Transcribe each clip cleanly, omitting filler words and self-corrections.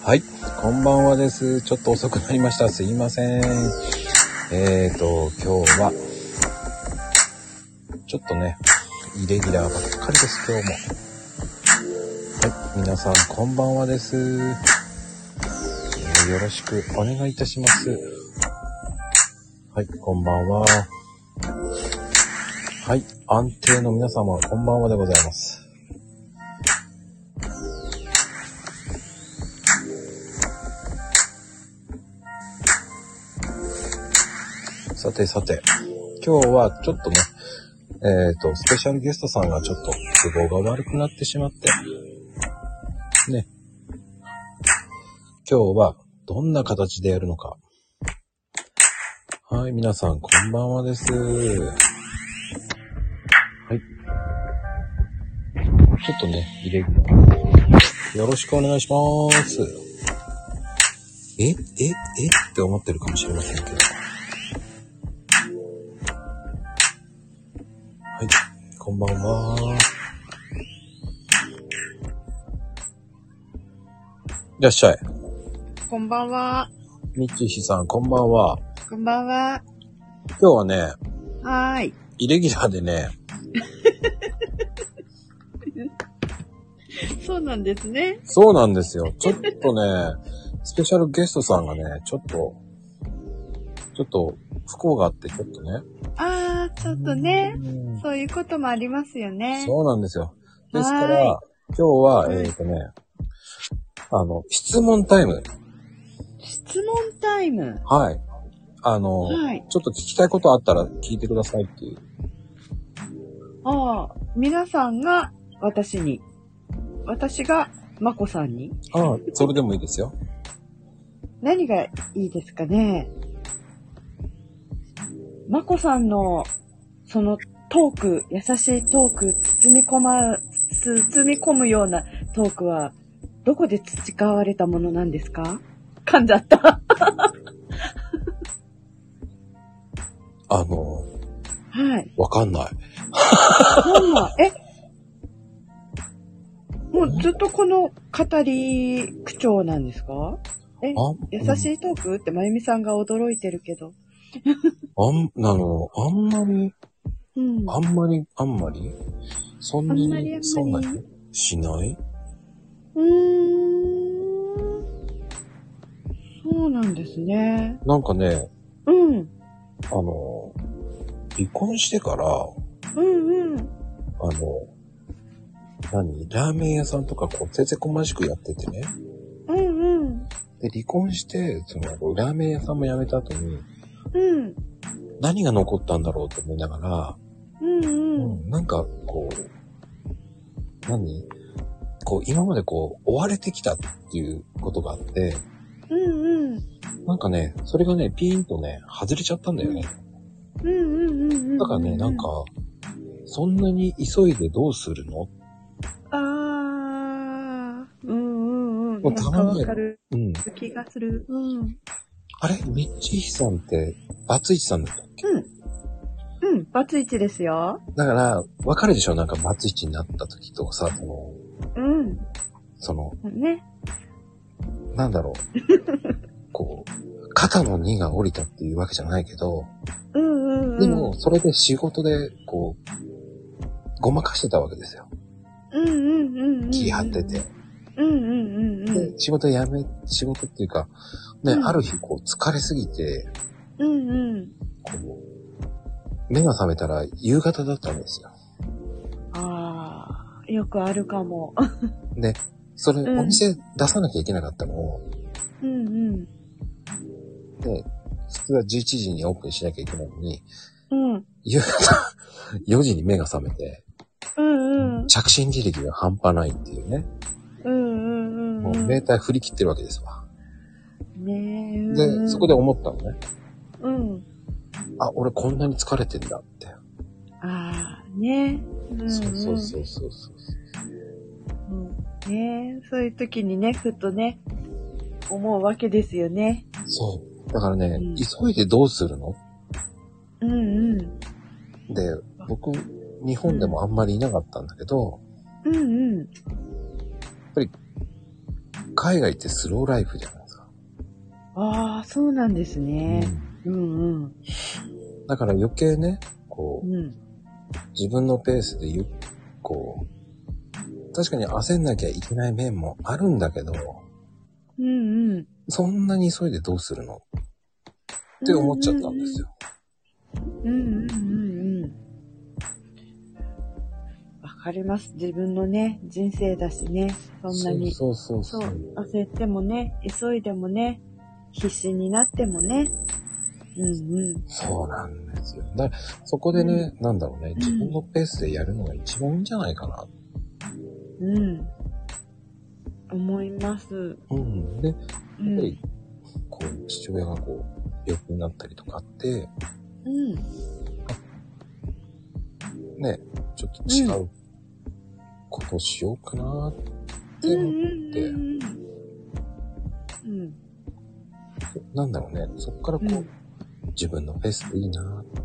はい、こんばんはです。ちょっと遅くなりました。すいません。今日は、ちょっとね、イレギュラーばっかりです、今日も。はい、皆さんこんばんはです。よろしくお願いいたします。はい、こんばんは。はい、安定の皆様、こんばんはでございます。さてさて、今日はちょっとね、スペシャルゲストさんがちょっと都合が悪くなってしまって、ね、今日はどんな形でやるのか。はい、皆さんこんばんはです。はい。ちょっとね、イレギュラー。よろしくお願いします。って思ってるかもしれませんけど。はい、こんばんは。いらっしゃい。 こんばんは。 みちひさん、こんばんは。 こんばんは。 今日はね、 はーい。 イレギュラーでね。 そうなんですね。 そうなんですよ。ちょっとね、スペシャルゲストさんがね、ちょっと不幸があって、ちょっとね。 ちょっとね、そういうこともありますよね。 そうなんですよ。ですから、今日は、質問タイム。 質問タイム。 はい。ちょっと聞きたいことあったら聞いてくださいっていう。 皆さんが私に、私がまこさんに。 それでもいいですよ。 何がいいですかね。まこさんの、そのトーク、優しいトーク、包み込むようなトークは、どこで培われたものなんですか？噛んじゃった。はい。 わかんない。 もうずっとこの語り口調なんですか？優しいトークってまゆみさんが驚いてるけど。あんまりそんなにしない？ そうなんですね。 なんかね、離婚してから、ラーメン屋さんとかせせこましくやっててね。で、離婚して、ラーメン屋さんも辞めた後に、何が残ったんだろうと思いながら、なんか今まで追われてきたっていうことがあって、なんかね、それがね、ピーンとね、外れちゃったんだよね。だからね、なんか、そんなに急いでどうするの？ なんかわかる気がする。 あれ？みっちひさんって、バツイチさんだったっけ？ バツイチですよ。 だから、わかるでしょ？なんかバツイチになった時とかさ、 ね。 なんだろう。肩の荷が下りたっていうわけじゃないけど、でも、それで仕事で、ごまかしてたわけですよ。気張ってて。で、仕事っていうか、ね、ある日、疲れすぎて、目が覚めたら夕方だったんですよ。 よくあるかも。 で、それ、お店出さなきゃいけなかったのを、で、普通は11時にオープンしなきゃいけないのに、夕方4時に目が覚めて、着信履歴が半端ないっていうね。もうメーター振り切ってるわけですわ。で、そこで思ったのね。俺こんなに疲れてんだって。そう。 そういう時にね、ふとね、思うわけですよね。 そう。だからね、急いでどうするの？で、僕、日本でもあんまりいなかったんだけど、やっぱり海外ってスローライフじゃないですか。 ああ、そうなんですね。うんうん。 だから余計ね、こう、 うん、 自分のペースでこう、確かに焦んなきゃいけない面もあるんだけど、 うんうん。 そんなに急いでどうするのって思っちゃったんですよ。 うんうんうんうん。わかります。自分のね、人生だしね、そんなに。 そう。 焦ってもね、急いでもね、必死になってもね。うんうん。 そうなんですよ。だからそこでね、なんだろうね、自分のペースでやるのが一番いいんじゃないかな。 うん。思います。 うん。で、やっぱり、こう、父親がこう、病気になったりとかって、ね、ちょっと違うことをしようかなって思って、なんだろうね、そこからこう、自分のペースでいいなっていう。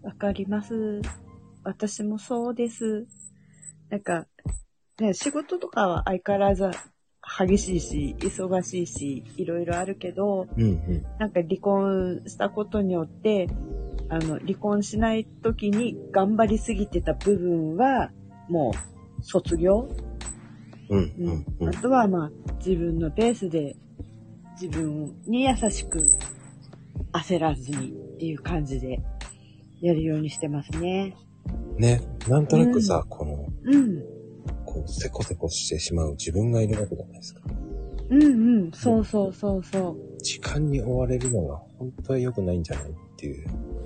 わかります。私もそうです。なんか、ね、仕事とかは相変わらず激しいし、忙しいし、いろいろあるけど、なんか離婚したことによって、離婚しない時に頑張りすぎてた部分は、もう、卒業。あとはまあ、自分のペースで、自分に優しく、焦らずにっていう感じで、やるようにしてますね。 ね、なんとなくさ、この、こう、せこせこしてしまう自分がいるわけじゃないですか。 そう。 時間に追われるのが本当は良くないんじゃないっていう。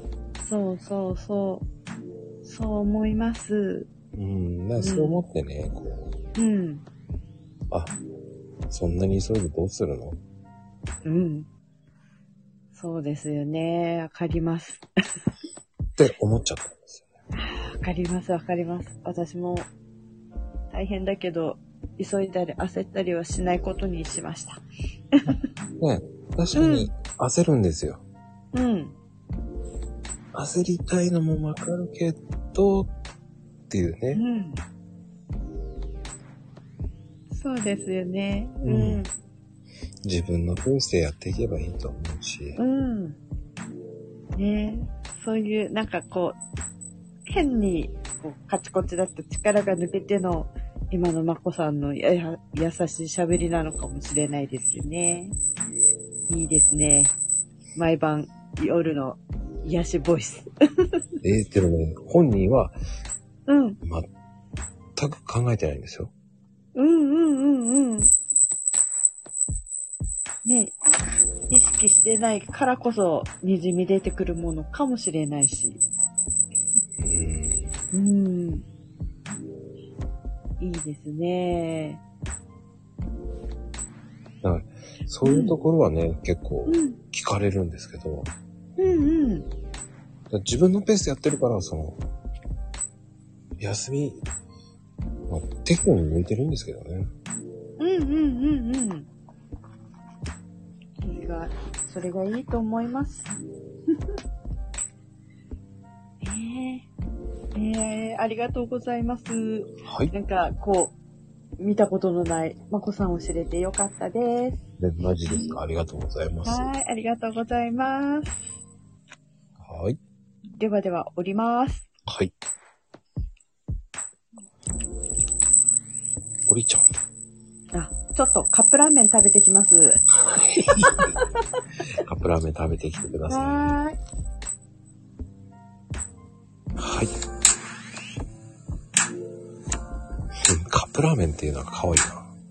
そう思います。 だからそう思ってね、こう。あ、そんなに急いでどうするの？ そうですよね。わかります。 って思っちゃったんですよね。 わかります。私も大変だけど、急いだり焦ったりはしないことにしました。 ね、確かに焦るんですよ。焦りたいのもわかるけど、っていうね。 そうですよね。 自分のペースでやっていけばいいと思うし。 ね、そういう、なんかこう、変にこうカチコチだった力が抜けての、今のまこさんの優しい喋りなのかもしれないですよね。いいですね。毎晩夜の癒しボイス。 でもね、本人は、全く考えてないんですよ。 ね、意識してないからこそ滲み出てくるものかもしれないし。いいですね。 だからそういうところはね、結構聞かれるんですけど、自分のペースでやってるから、その、休み、適度に向いてるんですけどね。 それがいいと思います。ありがとうございます。 はい。 なんか、こう、見たことのないまこさんを知れてよかったです。 マジですか。ありがとうございます。 はい、ありがとうございます。 はい。 ではでは、降ります。 はい。降りちゃうんだ。 ちょっとカップラーメン食べてきます。 カップラーメン食べてきてください。はい。カップラーメンっていうのは可愛い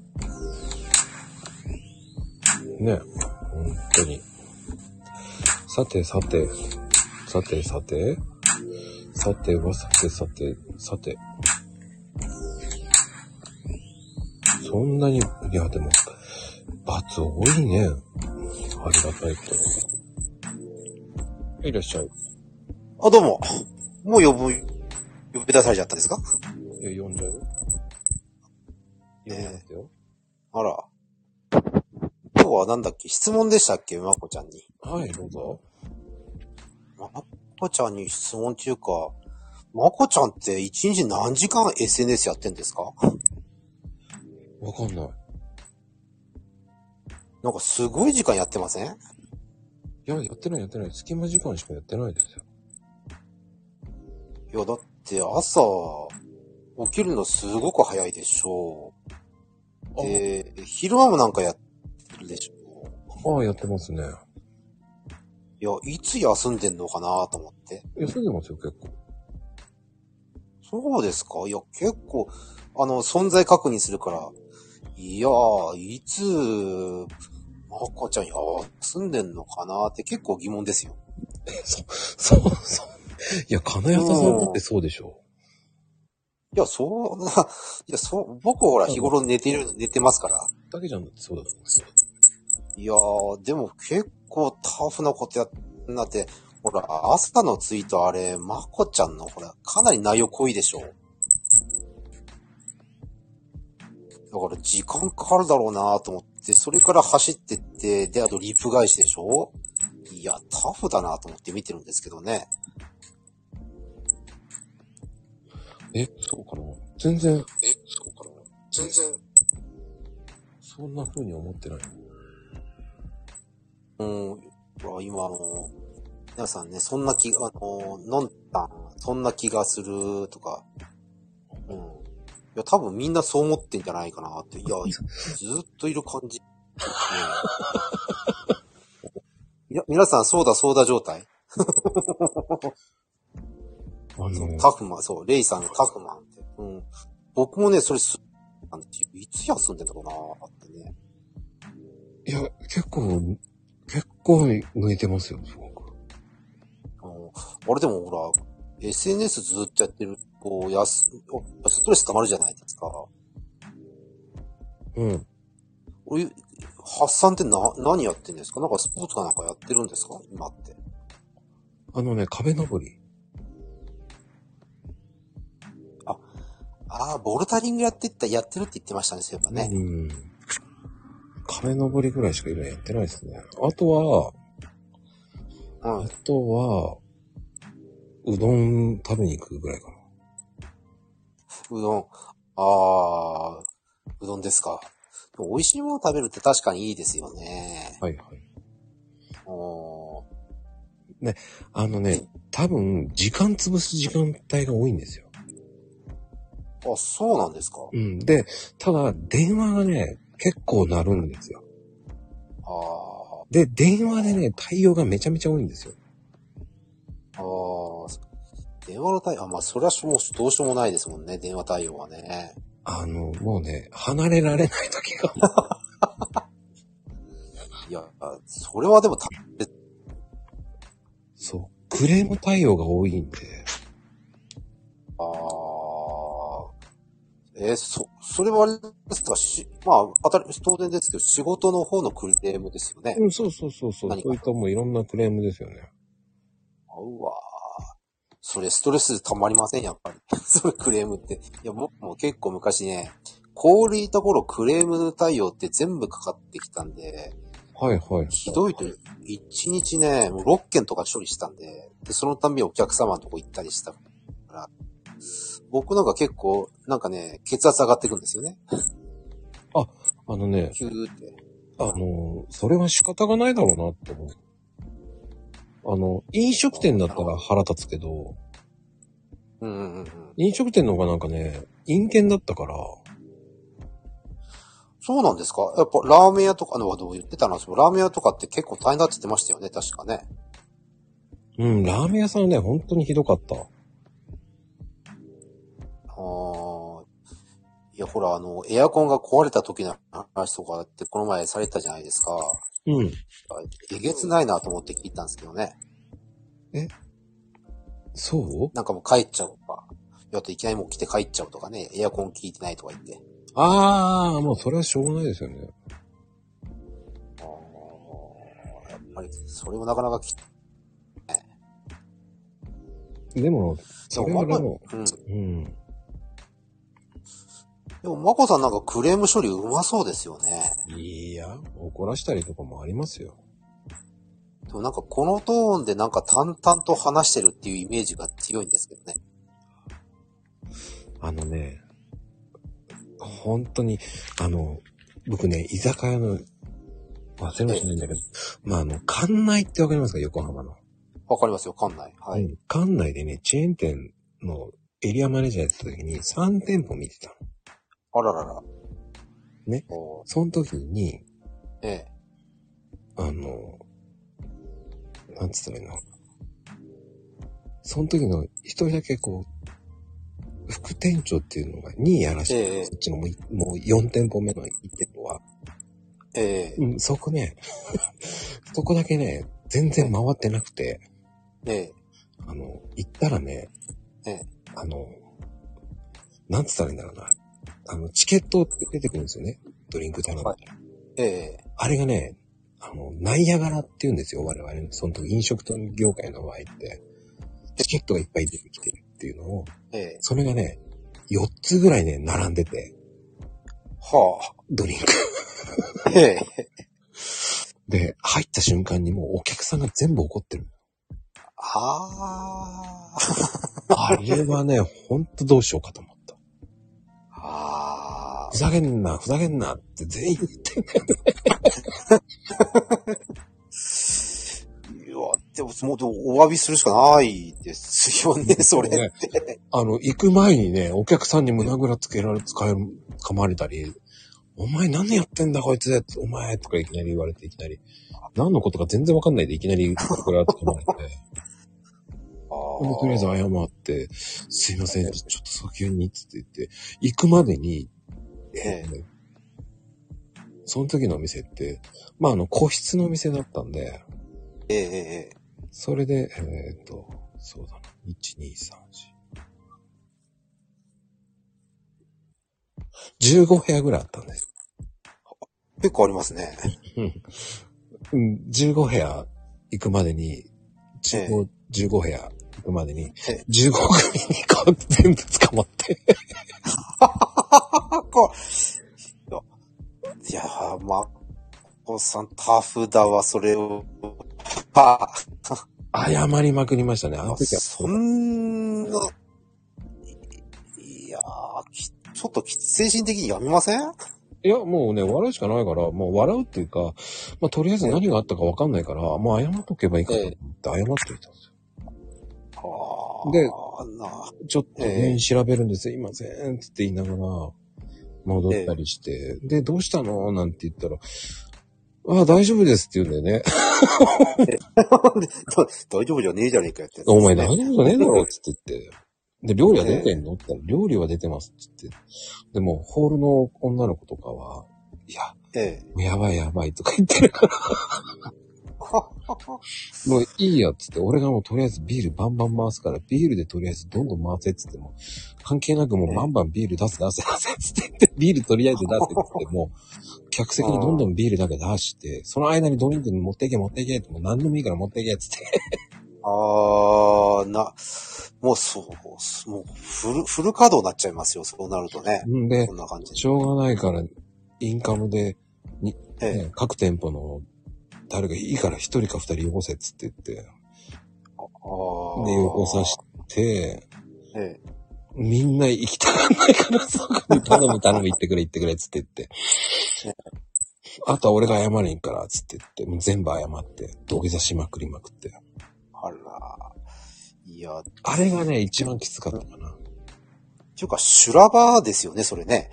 な。ね、本当に。さて。そんなに、いやでも、罰多いね。ありがたいこと。いらっしゃい。 どうも。もう呼び出されちゃったんですか？ いや、呼んじゃうよ。呼びますよ。 あら。今日はなんだっけ？質問でしたっけ？まこちゃんに。 はい、どうぞ。 まこちゃんに質問っていうか、まこちゃんって一日何時間 SNS やってんですか？ わかんない。 なんかすごい時間やってません？ いや、やってない。隙間時間しかやってないですよ。 いや、だって朝、起きるのすごく早いでしょう。で、昼間もなんかやってるでしょ。 ああ、やってますね。 いや、いつ休んでんのかなと思って。 休んでますよ、結構。 そうですか？いや、結構、存在確認するから、いやー、いつ、まこちゃん休んでんのかなって結構疑問ですよ。 そう。いや、金谷さんだってそうでしょ。 いや、僕はほら日頃寝てますから。 だけじゃん、そうだと思うんですよ。 いやー、でも結構タフなことんなって、ほら、朝のツイートあれ、まこちゃんのほら、かなり内容濃いでしょ。だから時間かかるだろうなと思って、それから走ってって、で、あとリプ返しでしょ。いや、タフだなと思って見てるんですけどね。 そうかな。全然、そんな風に思ってない。 今皆さんね、そんな気が、のんたん、そんな気がするとか、いや、多分みんなそう思ってんじゃないかなって。いや、ずーっといる感じ。皆さん、そうだ状態タフマン、そう、レイさんのタフマンって。僕もね、それいつ休んでんだろうなーってね。 いや、結構抜いてますよ、すごく。 あれでもほら、SNS ずーっとやってると、ストレス溜まるじゃないですか。発散って何やってんですか？なんかスポーツかなんかやってるんですか？今って。 壁登り。 ボルダリングやってるって言って言ってましたね、そういえばね。 壁登りぐらいしか今やってないですね。あとは、うどん食べに行くぐらいかな。 うどんですか。美味しいもの食べるって確かにいいですよね。 はい。ね、多分、時間潰す時間帯が多いんですよ。 そうなんですか。 で、ただ、電話がね、結構鳴るんですよ。で、電話でね、対応がめちゃめちゃ多いんですよ。 電話の対応、それはもうどうしようもないですもんね、電話対応はね。 もうね、離れられない時が。 いや、それはでもそう、クレーム対応が多いんで。 それはあれですか、当然ですけど、仕事の方のクレームですよね。 そう。そういったもういろんなクレームですよね。 それストレス溜まりません、やっぱり。それクレームって。いや、僕も結構昔ね、小売りところクレーム対応って全部かかってきたんで、 はい。 ひどいと、1日ね、もう6件とか処理したんで、そのたびにお客様のとこ行ったりしたから、僕なんか結構、なんかね、血圧上がっていくんですよね。キューって。 それは仕方がないだろうなって思う。飲食店だったら腹立つけど、飲食店の方がなんかね、陰険だったから。 そうなんですか？やっぱラーメン屋とかどう言ってたんですよ。ラーメン屋とかって結構大変だって言ってましたよね、確かね。 ラーメン屋さんはね、本当にひどかった。 いや、ほら、エアコンが壊れた時の話とかってこの前されたじゃないですか。えげつないなと思って聞いたんですけどね。 そう？ なんかもう帰っちゃうとか。あといきなりもう来て帰っちゃうとかね。エアコン効いてないとか言って。 もうそれはしょうがないですよね。 やっぱり、それもなかなかでも、それはでも、 でも、まこさんなんかクレーム処理うまそうですよね。 いや、怒らしたりとかもありますよ。 でもなんかこのトーンでなんか淡々と話してるっていうイメージが強いんですけどね。本当に、僕ね、居酒屋の忘れもしないんだけど、まあ館内ってわかりますか？横浜の。 わかりますよ、館内。はい。 館内でね、チェーン店のエリアマネージャーやってた時に3店舗見てたの。 あららら。 ね。その時に、なんつったらいいの？その時の一人だけこう、副店長っていうのが2位やらして、そっちのもう4店舗目の1店舗は。そこね、そこだけね、全然回ってなくて、行ったらね、なんつったらいいんだろうな。チケットって出てくるんですよね。ドリンク頼む。あれがね、ナイアガラって言うんですよ、我々の。その時飲食業界の場合って。チケットがいっぱい出てきてるっていうのを、それがね、4つぐらいね、並んでて。ドリンク。で、入った瞬間にもうお客さんが全部怒ってる。あれはね、ほんとどうしようかと思った。ふざけんなって全員言ってんだよね。 いや、でも、お詫びするしかないですよね、それって。 行く前にね、お客さんに胸ぐら噛まれたり、お前何やってんだこいつ、お前とかいきなり言われて、いきなり。何のことか全然わかんないでいきなり胸ぐら噛まれて。とりあえず謝って、すいません、ちょっと早急にって言って、行くまでに、その時のお店って、まあ個室のお店だったんで、それで、そうだな、1、2、3、4。15部屋ぐらいあったんです。 結構ありますね。 15部屋行くまでに、15部屋行くまでに、15組に全部捕まって。 いやー、まこさんタフだわ、それを。 謝りまくりましたね、あの時は。 そんな、いやー、ちょっと精神的にやめません？ いや、もうね、笑うしかないから、もう笑うっていうか、まあ、とりあえず何があったかわかんないから、もう謝っとけばいいかと思って謝っていたんですよ。で、ちょっと調べるんですいません、つって言いながら、戻ったりして、で、どうしたのなんて言ったら、大丈夫ですって言うんだよね。 大丈夫じゃねえじゃねえかよって、 お前大丈夫じゃねえだろって言って。で、料理は出てんのって言ったら、料理は出てますって言って。でも、ホールの女の子とかは、いや、やばいとか言ってるから。もういいよっつって、俺がもうとりあえずビールバンバン回すから、ビールでとりあえずどんどん回せっつっても、関係なくもうバンバンビール出せっつって言って、ビールとりあえず出せっつってもう、客席にどんどんビールだけ出して、その間にドリンクに持っていけって、もう何でもいいから持っていけっつって。 もうフル稼働になっちゃいますよ、そうなるとね。 で、 こんな感じしょうがないから、インカムで、各店舗の誰かいいから一人か二人よこせっつって言って、で、よこさして、みんな行きたがんないから、そこに頼む行ってくれっつって言って、あとは俺が謝りに行くからっつって言って、もう全部謝って、土下座しまくりまくって。 いや、 あれがね、一番きつかったかな。 っていうか、修羅場ですよね、それね。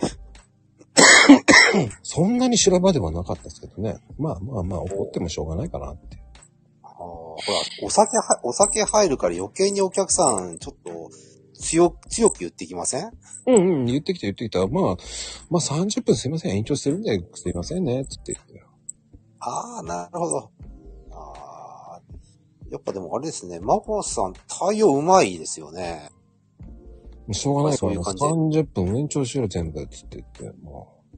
そんなに修羅場ではなかったですけどね。まあ、怒ってもしょうがないかなって。 ほら、お酒入るから余計にお客さん、ちょっと、強く言ってきません？ 言ってきた。まあ30分すいません、延長するんですいませんね、つって言って。 なるほど。やっぱでもあれですね、マコさん対応うまいですよね。 しょうがないから30分延長しろ全部つって言って、あ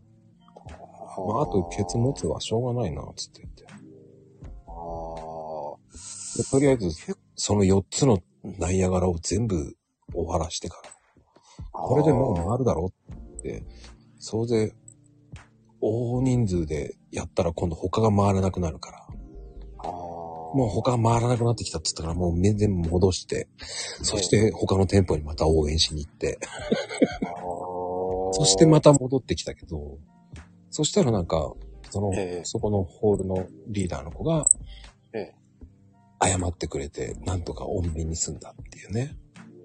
とケツ持つはしょうがないなつって言って。とりあえずその4つのナイアガラを全部終わらしてから、これでもう回るだろって、総勢大人数でやったら今度他が回らなくなるから。もう他が回らなくなってきたって言ったからもう全然戻して、そして他の店舗にまた応援しに行って、そしてまた戻ってきたけど、そしたらなんか、 そこのホールのリーダーの子が、謝ってくれて、なんとか穏便に済んだっていうね。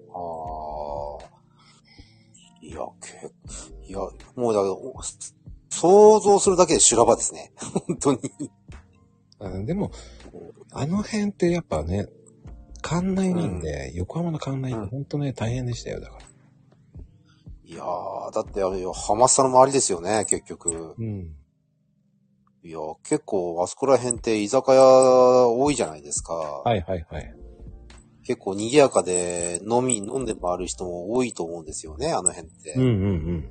いや、もうだけど、想像するだけで修羅場ですね。本当に。 でも、あの辺ってやっぱね、関内なんで、横浜の関内って本当ね、大変でしたよ、だから。 いやー、だってハマスタの周りですよね、結局。いや、結構、あそこら辺って居酒屋多いじゃないですか。 はいはいはい。 結構賑やかで飲んで回る人も多いと思うんですよね、あの辺って。結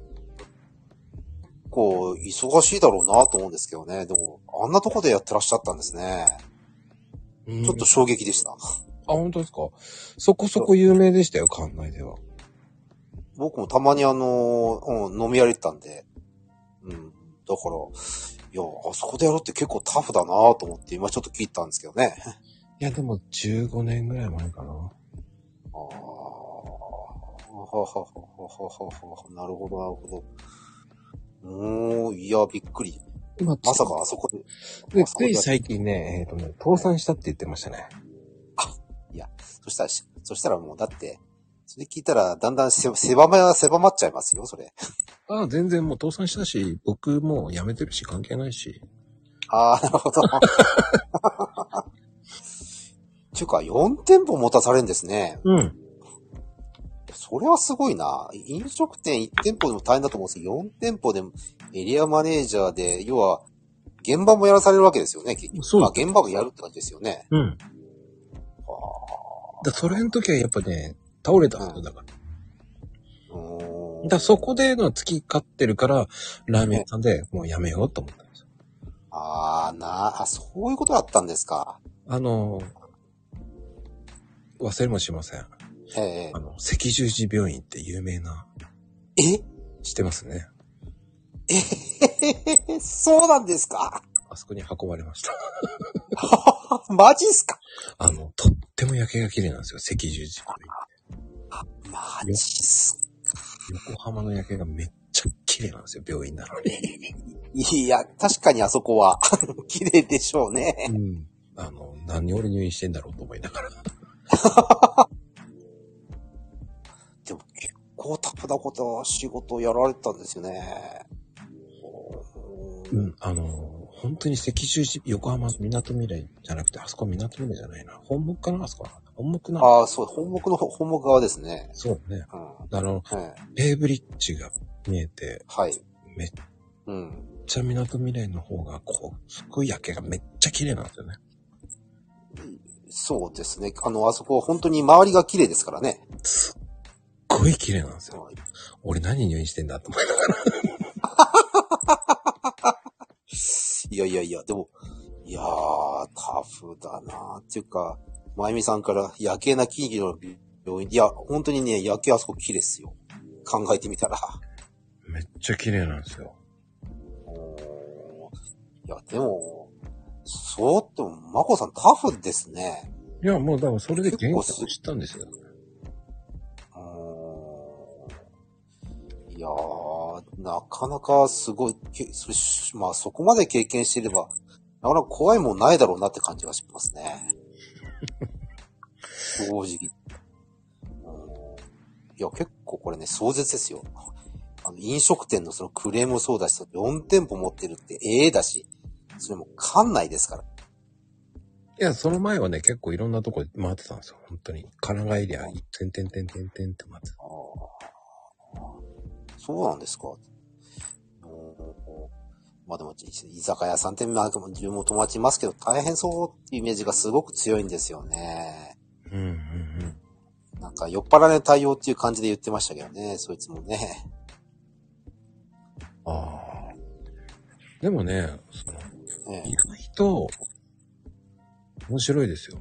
構、忙しいだろうなと思うんですけどね。でも、あんなとこでやってらっしゃったんですね。ちょっと衝撃でした。あ、 本当ですか？そこそこ有名でしたよ、館内では。 僕もたまに飲み歩いてたんで。だから、いや、あそこでやるって結構タフだなと思って今ちょっと聞いたんですけどね。 いや、でも15年ぐらい前かな。 なるほど、なるほど。いや、びっくり。まさかあそこで。 で、つい最近ね、倒産したって言ってましたね。 いや、そしたらもうだって、それ聞いたらだんだん狭まっちゃいますよ、それ。 全然もう倒産したし、僕もう辞めてるし関係ないし。 なるほど。っていうか、4店舗持たされるんですね。それはすごいな。飲食店1店舗でも大変だと思うんですけど、4店舗でもエリアマネージャーで、要は、現場もやらされるわけですよね、結局。現場もやるって感じですよね。 それの時はやっぱね、倒れたんだから。そこでの月買ってるから、ラーメン屋さんでもうやめようと思ったんですよ。 そういうことだったんですか。 忘れもしません。赤十字病院って有名な。知ってますね。 そうなんですか。 あそこに運ばれました。 マジっすか。 とっても夜景が綺麗なんですよ、赤十字病院。 マジっすか。 横浜の夜景がめっちゃ綺麗なんですよ、病院なのに。 いや、確かにあそこは、綺麗でしょうね。 何俺入院してんだろうと思いながら。 でも結構タフな仕事をやられてたんですよね。 本当に赤十字、横浜みなとみらいじゃなくて、あそこみなとみらいじゃないな。本木かなあそこ。本木なの。 そう、本木側ですね。 そうね。ベイブリッジが見えて、めっちゃみなとみらいの方が、すごい夜景がめっちゃ綺麗なんですよね。 そうですね。あそこ本当に周りが綺麗ですからね。 すっごい綺麗なんですよ。俺何入院してんだと思いながら。 いや、でも、タフだなっていうか、まゆみさんから夜景な木々の病院、いや、本当にね、夜景あそこ綺麗ですよ。考えてみたら。 めっちゃ綺麗なんですよ。 いや、でも、まこさんタフですね。 いや、もうだからそれで原因を知ったんですよ。 いやー、なかなかすごい、そこまで経験していれば、なかなか怖いもんないだろうなって感じがしますね。正直。いや、結構これね、壮絶ですよ。飲食店のそのクレームもそうだし、4店舗持ってるってだし、それも館内ですから。 いや、その前はね、結構いろんなとこ回ってたんですよ。本当に。神奈川エリア、てんって回ってた。 そうなんですか。まあでも、居酒屋さんって自分も友達いますけど、大変そうっていうイメージがすごく強いんですよね。なんか酔っ払いの対応っていう感じで言ってましたけどね、そいつもね。 でもね、意外と面白いですよ。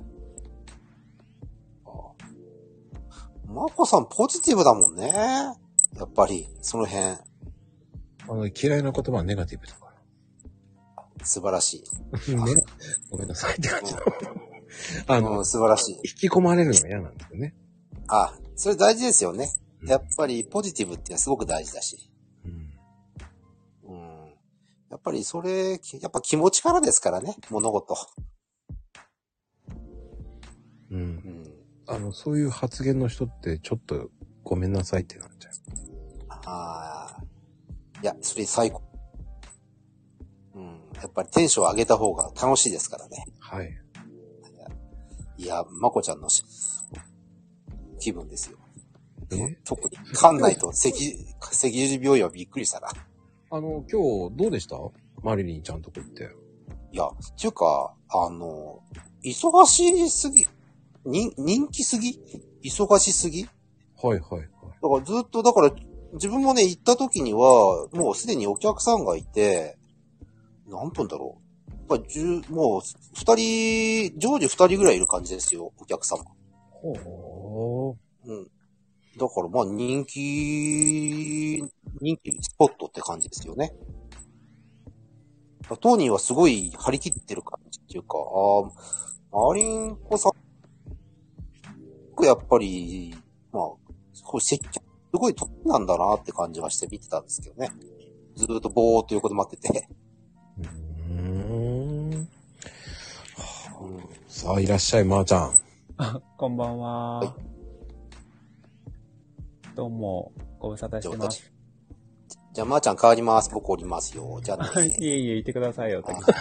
まこさんポジティブだもんね。やっぱり、その辺。 嫌いな言葉はネガティブだから。 素晴らしい。 ごめんなさいって感じの。素晴らしい。 引き込まれるのが嫌なんですよね。 それ大事ですよね。やっぱりポジティブっていうのはすごく大事だし。ややっぱりそれ、やっぱ気持ちからですからね、物事。 うん。そういう発言の人ってちょっとごめんなさいってなっちゃう。 ああ。いや、それ最高。うん。やっぱりテンション上げた方が楽しいですからね。 はい。 いや、まこちゃんの気分ですよ。特に、館内と赤十字病院はびっくりしたな。 今日どうでしたマリリンちゃんとこ行って。 いや、っていうか、忙しすぎ、人気すぎ忙しすぎはいはいはい。 だからずっと、だから、自分もね、行った時には、もうすでにお客さんがいて、何分だろう。やっぱもう、常時二人ぐらいいる感じですよ、お客様。 ほう。うん。だからまあ人気スポットって感じですよね。当人はすごい張り切ってる感じっていうか、マリンコさん、やっぱり、まあ、すごい得なんだなって感じはして見てたんですけどね。ずーっとぼーっと横で待ってて。 さあ、いらっしゃい、まーちゃん。 こんばんは。 はい、 どうも、ご無沙汰してます。 じゃあ、まーちゃん変わります。僕降りますよ。じゃあね。 いえいえ、言ってくださいよ、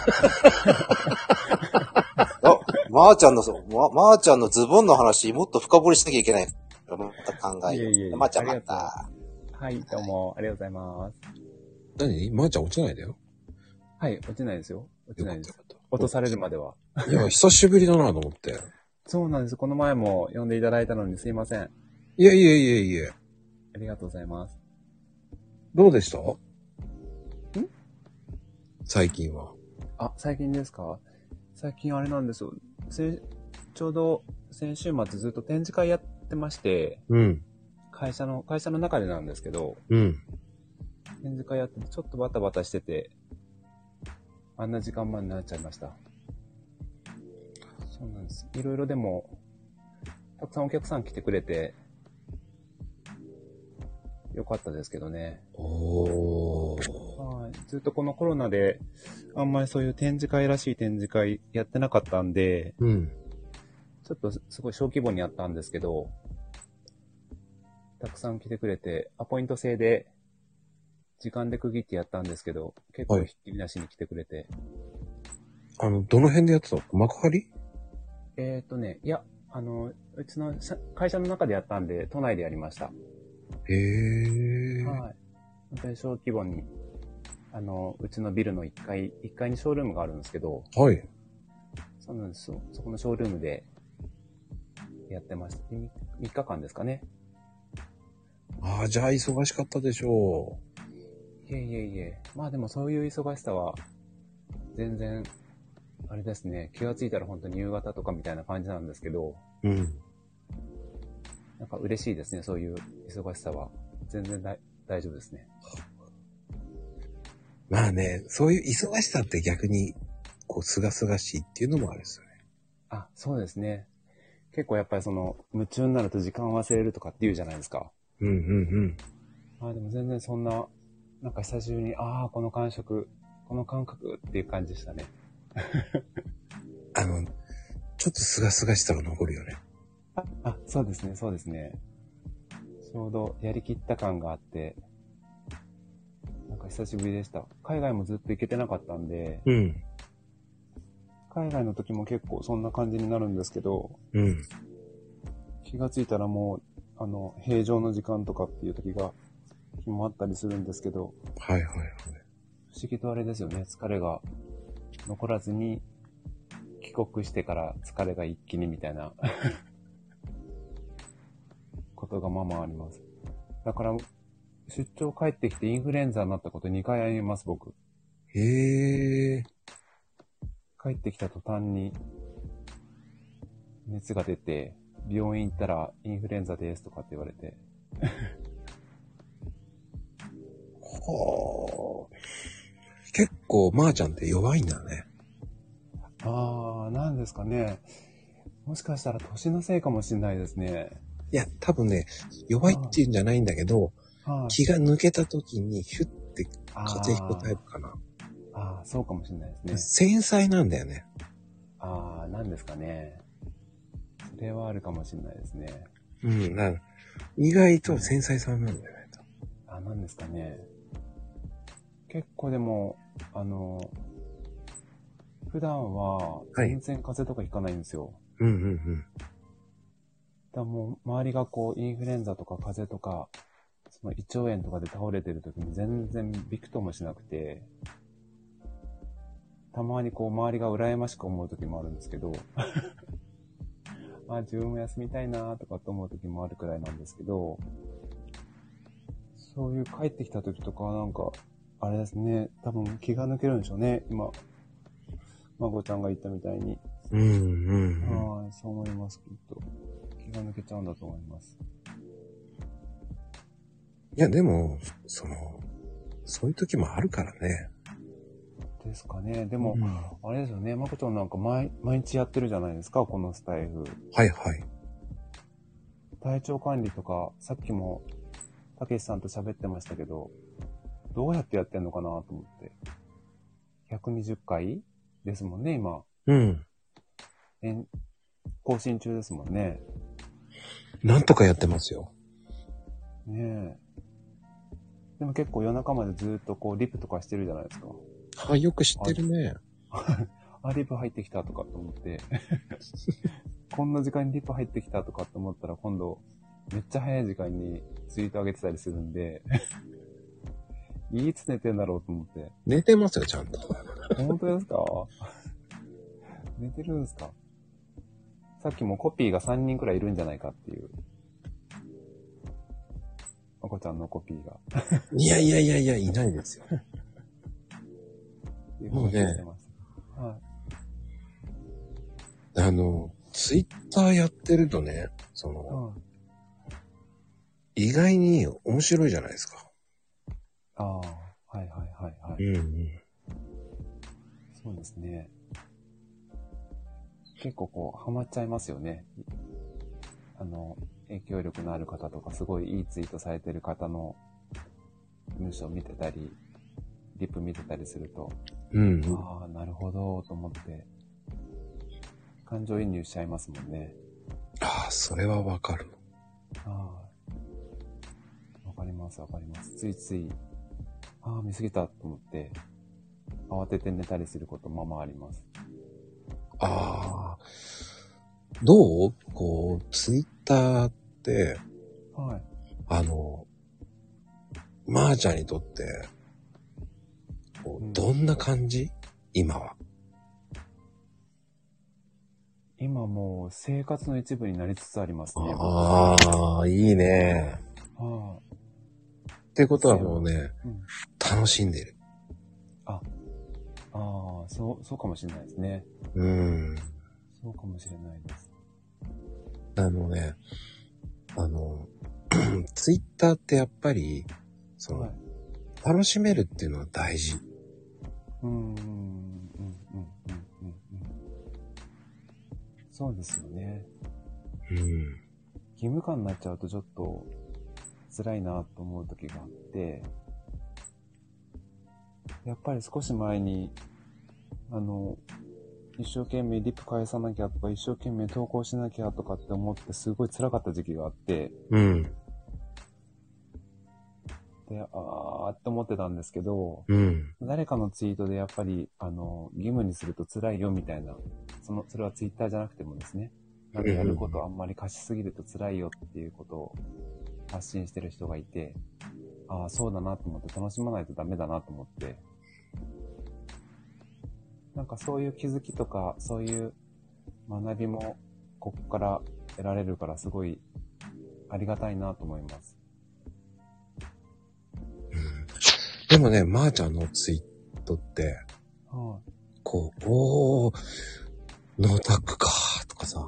まーちゃんのズボンの話、もっと深掘りしなきゃいけない。また考えよう。 いえまーちゃんまた。 はい、どうも、ありがとうございます。 何まーちゃん落ちないだよ。 はい、落ちないですよ。落ちないです。落とされるまでは。 いや、久しぶりだなと思って。 そうなんです。この前も呼んでいただいたのにすいません。 いえ。 ありがとうございます。 どうでした最近は。 最近ですか？最近あれなんですよ。ちょうど先週末ずっと展示会やってまして、 うん。 会社の中でなんですけど、 うん。 展示会やっててちょっとバタバタしてて、あんな時間までになっちゃいました。そうなんです。いろいろでも、たくさんお客さん来てくれて、よかったですけどね。はい。ずっとこのコロナで、あんまりそういう展示会らしい展示会やってなかったんで、 うん。 ちょっとすごい小規模にやったんですけど、たくさん来てくれて、アポイント制で、時間で区切ってやったんですけど、結構ひっきりなしに来てくれて。 どの辺でやってたの？幕張？ いや、うちの会社の中でやったんで、都内でやりました。 へー。 はい。本当に小規模に、うちのビルの1階にショールームがあるんですけど、 はい。 そうなんですよ。そこのショールームでやってました。3日間ですかね。 じゃあ忙しかったでしょう。 いえ。まあでもそういう忙しさは、全然、あれですね、気がついたら本当に夕方とかみたいな感じなんですけど、 うん。 なんか嬉しいですね、そういう忙しさは。全然大丈夫ですね。 まあね、そういう忙しさって逆に、こう、すがすがしいっていうのもあるんですよね。 そうですね。結構やっぱり夢中になると時間を忘れるとかって言うじゃないですか。 うん。 でも全然そんな、なんか久しぶりに、この感触、この感覚っていう感じでしたね。 ちょっとすがすがしさが残るよね。 そうですね。ちょうどやりきった感があって、なんか久しぶりでした。海外もずっと行けてなかったんで、 うん。 海外の時も結構そんな感じになるんですけど、 うん。 気がついたらもう、平常の時間とかっていう時が、日もあったりするんですけど、 はい。 不思議とあれですよね、疲れが残らずに、帰国してから疲れが一気にみたいなことがまああります。だから出張帰ってきてインフルエンザになったこと2回あります、僕。 へー。 帰ってきた途端に熱が出て、病院行ったらインフルエンザですとかって言われてはあ。結構まーちゃんって弱いんだね。 なんですかね。もしかしたら年のせいかもしれないですね。 いや、多分ね、弱いっていうんじゃないんだけど、気が抜けた時にヒュッて風邪ひくタイプかな。 ああ、そうかもしれないですね。 繊細なんだよね。 ああ、なんですかね。それはあるかもしれないですね。 うん、意外と繊細さなんだよね。 あ、なんですかね。結構でも、普段は全然風邪とかひかないんですよ。 うんうんうん。 だからもう周りがこうインフルエンザとか風邪とか、その胃腸炎とかで倒れてる時に全然びくともしなくて、たまにこう周りが羨ましく思う時もあるんですけど、あ、自分も休みたいなとかって思う時もあるくらいなんですけど、そういう帰ってきた時とかはなんか、あれですね、多分気が抜けるんでしょうね、今。まこちゃんが言ったみたいに。 うんうん、 はい、そう思います、きっと。気が抜けちゃうんだと思います。 いや、でも、そういう時もあるからね。 ですかね。でも、あれですよね、まこちゃんなんか毎日やってるじゃないですか、このスタイフ。 はいはい。 体調管理とか、さっきも、たけしさんと喋ってましたけど、どうやってやってんのかなと思って。120回ですもんね、今。 うん。 更新中ですもんね。 なんとかやってますよ。 ねえ。でも結構夜中までずっとこうリプとかしてるじゃないですか。 あ、よく知ってるね。 あ、リプ入ってきたとかと思って。こんな時間にリプ入ってきたとかって思ったら今度、めっちゃ早い時間にツイート上げてたりするんで、いつ寝てんだろうと思って。 寝てますよ、ちゃんと。 本当ですか？寝てるんですか？さっきもコピーが3人くらいいるんじゃないかっていう。まこちゃんのコピーが。 いやいやいやいや、いないですよ。もうね、 はい、 ツイッターやってるとね、意外に面白いじゃないですか。 ああ、はいはいはいはい。 うんうん。 そうですね。結構こう、ハマっちゃいますよね。影響力のある方とか、すごいいいツイートされてる方の文章を見てたり、リプ見てたりすると、 うん、うん。 ああ、なるほど、と思って、感情移入しちゃいますもんね。 ああ、それはわかる。 ああ、わかりますわかります。ついつい、ああ、見すぎたと思って、慌てて寝たりすることもまああります。 ああ、どう？こう、ツイッターって、 はい。 まーちゃんにとって、どんな感じ？今は。 今もう生活の一部になりつつありますね。 ああ、いいね。 はあ。ってことはもうね、楽しんでる。 ああ、そうかもしれないですね。そうかもしれないです。 ツイッターってやっぱり、楽しめるっていうのは大事。 そうですよね。義務感になっちゃうとちょっと辛いなと思う時があって、やっぱり少し前に、一生懸命リプ返さなきゃとか、一生懸命投稿しなきゃとかって思ってすごい辛かった時期があって、で、あーって思ってたんですけど、誰かのツイートでやっぱり、義務にすると辛いよみたいな、それはツイッターじゃなくてもですね、なんかやることあんまり貸しすぎると辛いよっていうことを発信してる人がいて、ああ、そうだなと思って楽しまないとダメだなと思って、なんかそういう気づきとか、そういう学びもここから得られるからすごいありがたいなと思います。 でもね、まーちゃんのツイートって、こう、おー、ノータックかーとかさ。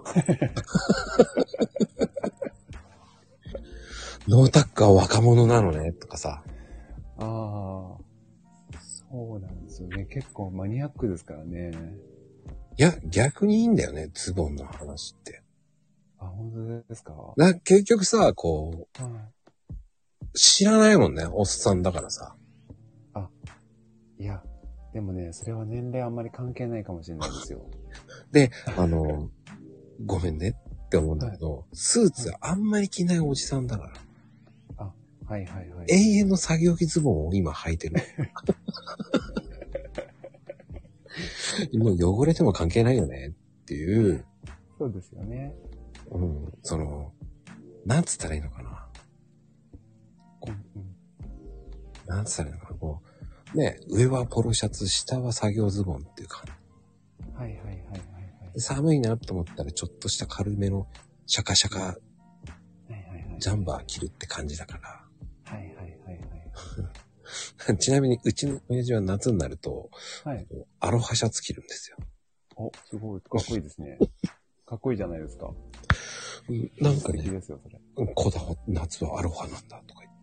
ノータックは若者なのねとかさ。 ああ、そうなんですよね。結構マニアックですからね。 いや、逆にいいんだよね、ズボンの話って。 あ、本当ですか？ 結局さ、こう、知らないもんね、おっさんだからさ。 いや、 でもね、それは年齢あんまり関係ないかもしれないですよ。 で、ごめんねって思うんだけど、スーツあんまり着ないおじさんだから。 あ、はいはいはい。 永遠の作業着ズボンを今履いてる。もう汚れても関係ないよねっていう。 そうですよね。 うん、なんつったらいいのかな。なんつったらいいのかな。こう、ね、上はポロシャツ、下は作業ズボンっていう感じ。 はいはいはいはい、はい。 寒いなと思ったらちょっとした軽めのシャカシャカジャンバー着るって感じだから。 はいはいはいはい。ちなみにうちの親父は夏になると、はい、アロハシャツ着るんですよ。 お、すごい。かっこいいですね。かっこいいじゃないですか。 なんかね、 いいですよそれ。 夏はアロハなんだとか言って。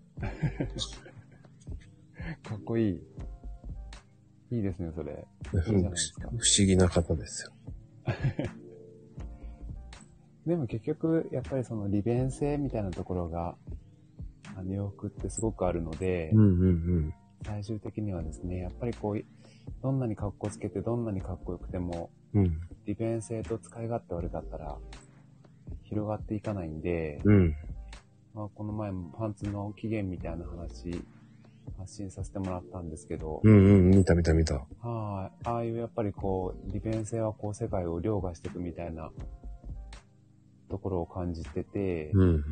かっこいい。いいですね、それ。いいじゃないですか。 不思議な方ですよ。 でも結局、やっぱりその利便性みたいなところが、洋服ってすごくあるので、最終的にはですね、やっぱりこう、どんなに格好つけて、どんなにかっこよくても、利便性と使い勝手悪かったら、広がっていかないんで、この前もパンツの起源みたいな話、発信させてもらったんですけど、 見た。 はい。ああいうやっぱりこう、利便性はこう世界を凌駕していくみたいなところを感じてて、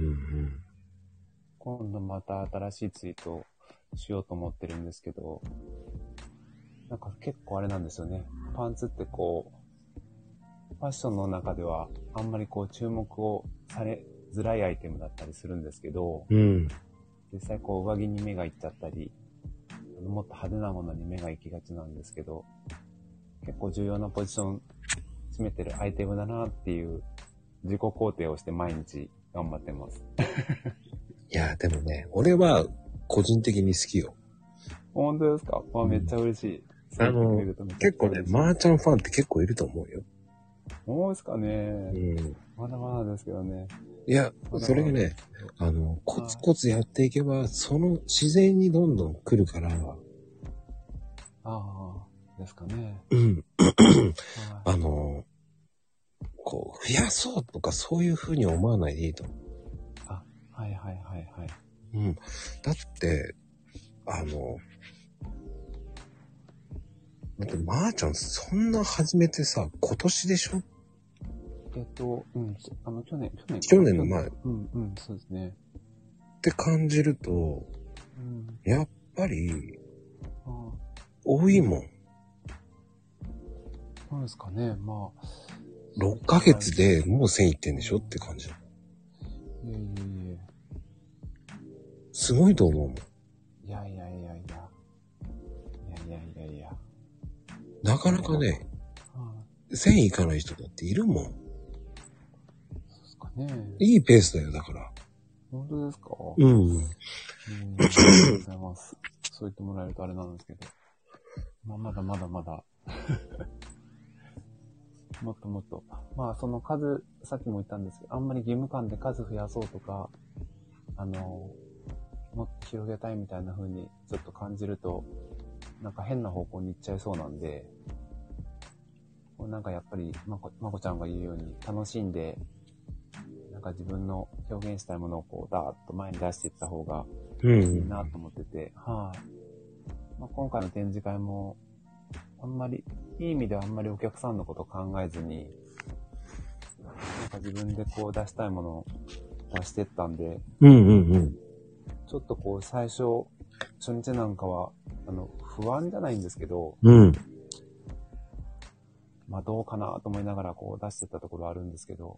今度また新しいツイートをしようと思ってるんですけど、なんか結構あれなんですよね。パンツってこう、ファッションの中ではあんまりこう注目をされづらいアイテムだったりするんですけど、実際こう上着に目がいっちゃったり、もっと派手なものに目が行きがちなんですけど、結構重要なポジション占めてるアイテムだなっていう自己肯定をして毎日頑張ってます。 いや、でもね、俺は個人的に好きよ。 本当ですか？めっちゃ嬉しい。 結構ね、マーちゃんファンって結構いると思うよ。 そうですかね。まだまだですけどね。 いや、それがね、コツコツやっていけば、自然にどんどん来るから。 ですかね。 こう、増やそうとかそういう風に思わないでいいと思う。 はい。 だって、だって、まーちゃん、そんな始めてさ、今年でしょ？去年の前。 そうですね。 って感じると、やっぱり、多いもん。 そうですかね、 6ヶ月でもう1000いってんでしょって感じ。すごいと思うもん。いや。なかなかね、1000いかない人だっているもん。そうですかね。 いいペースだよ、だから。 本当ですか？ありがとうございます。そう言ってもらえるとあれなんですけど。まだ。もっと。その数、さっきも言ったんですけど、あんまり義務感で数増やそうとか、もっと広げたいみたいな風にちょっと感じると、なんか変な方向に行っちゃいそうなんで、なんかやっぱり、まこちゃんが言うように楽しんで、なんか自分の表現したいものをこう、ダーッと前に出していった方がいいなと思ってて、今回の展示会も、いい意味ではあんまりお客さんのことを考えずに、なんか自分でこう出したいものを出してったんで、ちょっとこう最初、初日なんかは、不安じゃないんですけど、どうかなと思いながらこう出してったところあるんですけど、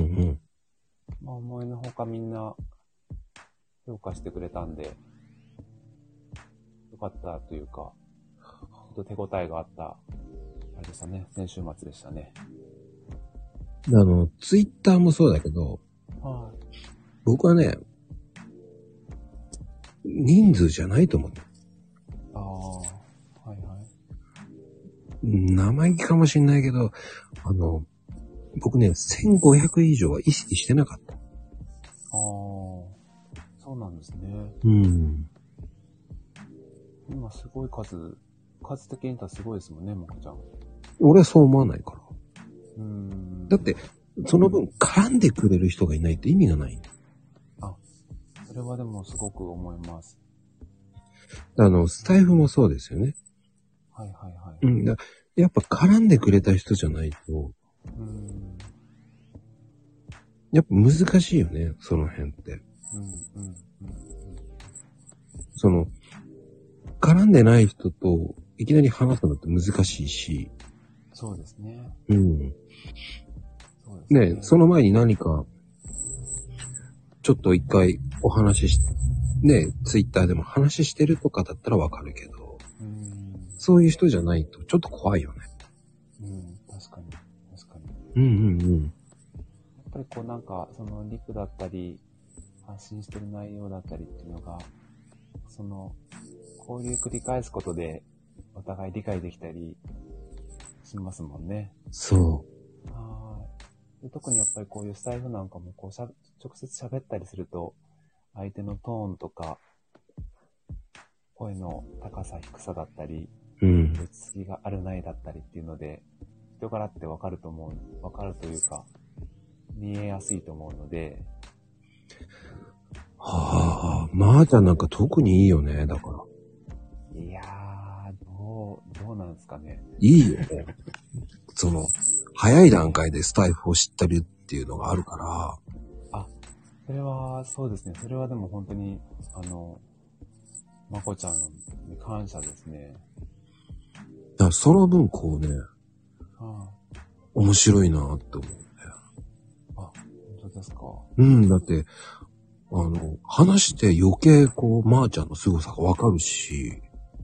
思いのほかみんな評価してくれたんで、よかったというか、ちょっと手応えがあった、あれでしたね、先週末でしたね。 ツイッターもそうだけど、僕はね、人数じゃないと思う。生意気かもしんないけど、僕ね、1500以上は意識してなかった。 そうなんですね。今すごい数数的に言ったらすごいですもんね、まこちゃん。 俺はそう思わないから。 だって、その分絡んでくれる人がいないと意味がない。 あ、それはでもすごく思います。 スタイフもそうですよね。 はいはいはい。 やっぱ絡んでくれた人じゃないと、やっぱ難しいよね、その辺って。絡んでない人といきなり話すのって難しいし。 そうですね。 そうですね。ね、その前に何か、ちょっと一回お話しして、ね、ツイッターでも話してるとかだったらわかるけど、そういう人じゃないとちょっと怖いよね。 確かに。確かに。 やっぱりこうなんか、そのリプだったり、発信してる内容だったりっていうのが、その、交流繰り返すことで、お互い理解できたりしますもんね。 そう。 で特にやっぱりこういうスタイフなんかもこう直接喋ったりすると、相手のトーンとか、声の高さ低さだったり、落ち着きがあるないだったりっていうので、人柄ってわかるというか、見えやすいと思うので。 まーちゃんなんか特にいいよね、だから。 いやー、どうなんですかね。 いいよね。早い段階でスタイフを知ったりっていうのがあるから。 それは、そうですね。それはでも本当に、まこちゃんに感謝ですね。 その分こうね、面白いなって思うんだよ。 本当ですか。 だって、話して余計こう、まーちゃんの凄さがわかるし。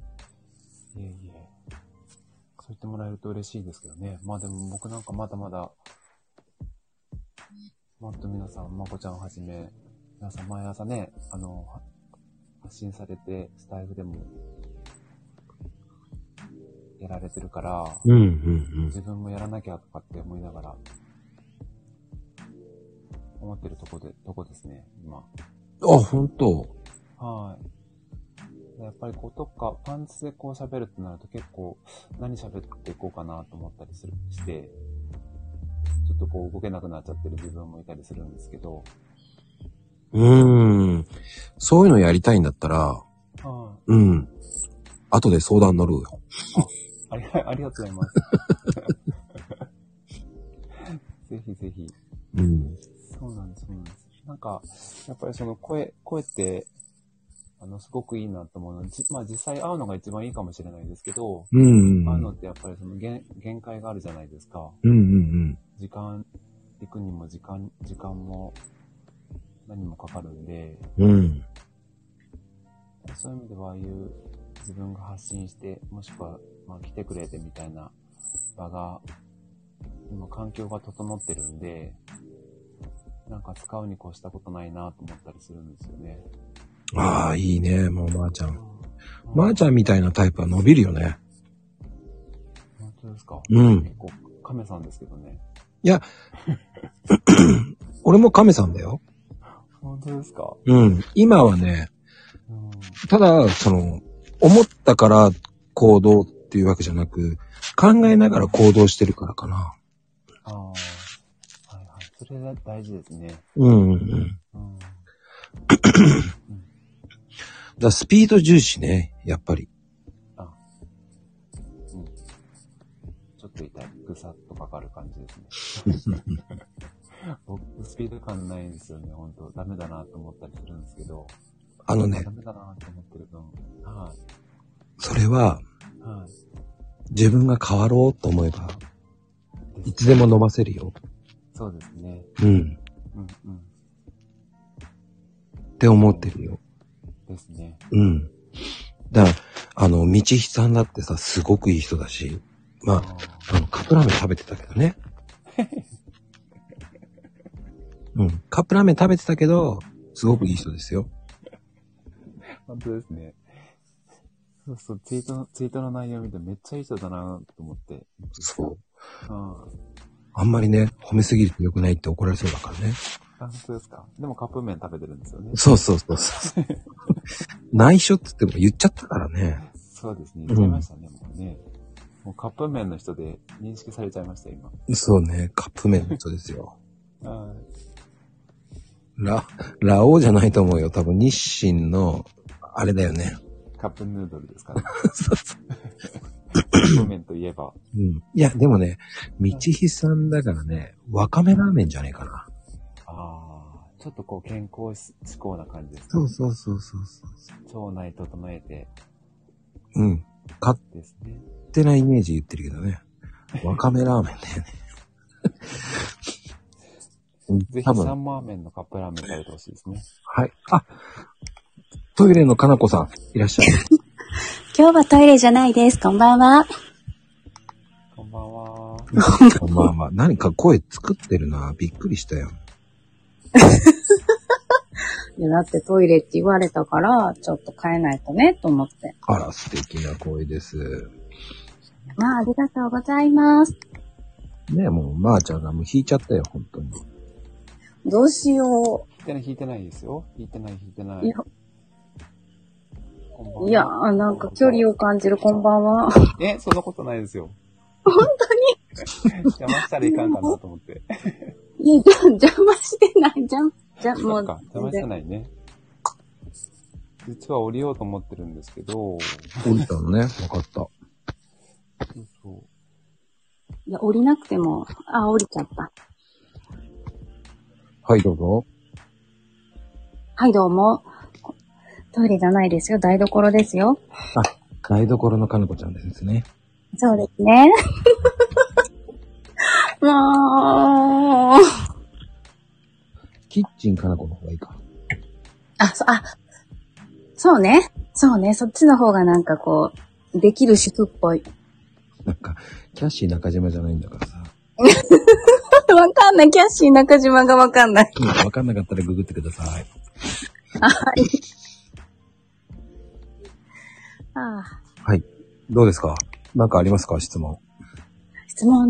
そう言ってもらえると嬉しいですけどね。まあでも僕なんかまだまだ、もっと皆さん、まこちゃんをはじめ、皆さん毎朝ね、発信されて、スタイフでも、やられてるから、自分もやらなきゃとかって思いながら、思ってるとこですね、今。 本当。 やっぱりこう、どっかパンツでこう喋るってなると結構、何喋っていこうかなと思ったりして、ちょっとこう動けなくなっちゃってる自分もいたりするんですけど。 そういうのやりたいんだったら、後で相談乗るよ。 ありがとうございます。ぜひぜひ。そうなんです。なんか、やっぱりその声って、すごくいいなと思うので、まあ実際会うのが一番いいかもしれないですけど、会うのってやっぱりその限界があるじゃないですか。時間、行くにも時間も何もかかるんで、そういう意味ではああいう自分が発信して、もしくはまあ来てくれてみたいな場が、今環境が整ってるんで、なんか使うに越したことないなと思ったりするんですよね。 いいね、もうまーちゃん。まーちゃんみたいなタイプは伸びるよね。 本当ですか？結構、亀さんですけどね。 いや、俺も亀さんだよ。 本当ですか？ 今はね、ただ、思ったから行動っていうわけじゃなく、考えながら行動してるからかな。 それが大事ですね。 だスピード重視ね、やっぱり。 ちょっと痛い。ぐさっとかかる感じですね。僕、スピード感ないんですよね、本当ダメだなと思ったりするんですけど。ダメだなと思ってる分。 それは、自分が変わろうと思えば、いつでも伸ばせるよ。 そうですね。 って思ってるよ。 ですね。 だから、道ひさんだってさ、すごくいい人だし、まあ、カップラーメン食べてたけどね。カップラーメン食べてたけど、すごくいい人ですよ。 本当ですね。そう、ツイートの内容を見てめっちゃいい人だなと思って。 そう。あんまりね、褒めすぎると良くないって怒られそうだからね。 本当ですか？でもカップ麺食べてるんですよね。 そう。内緒って言っても言っちゃったからね。 そうですね。言っちゃいましたね、もうね。もうカップ麺の人で認識されちゃいました、今。 そうね、カップ麺の人ですよ。 はい。 ラオウじゃないと思うよ。多分日清の、あれだよね。 カップヌードルですかね。 そうそう。 カップ麺といえば。 うん。いや、でもね、道日さんだからね、わかめラーメンじゃねえかな。 ああ、ちょっとこう健康志向な感じですね。 そうそう。 腸内整えて。 うん。勝ですね。 手なイメージ言ってるけどね。わかめラーメンだよね。 ぜひサンマーメンのカップラーメン食べてほしいですね。 はい。あ、トイレのかなこさん、いらっしゃい。 今日はトイレじゃないです。こんばんは。 こんばんは。 こんばんは。何か声作ってるな。びっくりしたよ。 いやだってトイレって言われたから、ちょっと変えないとね、と思って。 あら、素敵な声です。 まあ、ありがとうございます。 ねえ、もう、まーちゃんがもう引いちゃったよ、本当に。 どうしよ引いてないですよ。引いてない。 う。いや、なんか距離を感じるこんばんは。 そんなことないですよ。 本当に邪魔したらいかんかなと思って。 いや、邪魔してない。 もう。邪魔してないね。実は降りようと思ってるんですけど。 降りたのね。わかった。 そう。 いや、降りなくても、降りちゃった。 はい、どうぞ。 はい、どうも。トイレじゃないですよ。台所ですよ。 あ、台所のかなこちゃんですね。 そうですね。もう。 キッチンかなこの方がいいか。 そうね。そっちの方がなんかこう、できる主婦っぽい。 なんか、キャッシー中島じゃないんだからさ。 わかんない。キャッシー中島がわかんない。 わかんなかったらググってください。 はい。 はい。どうですか？なんかありますか？質問。 質問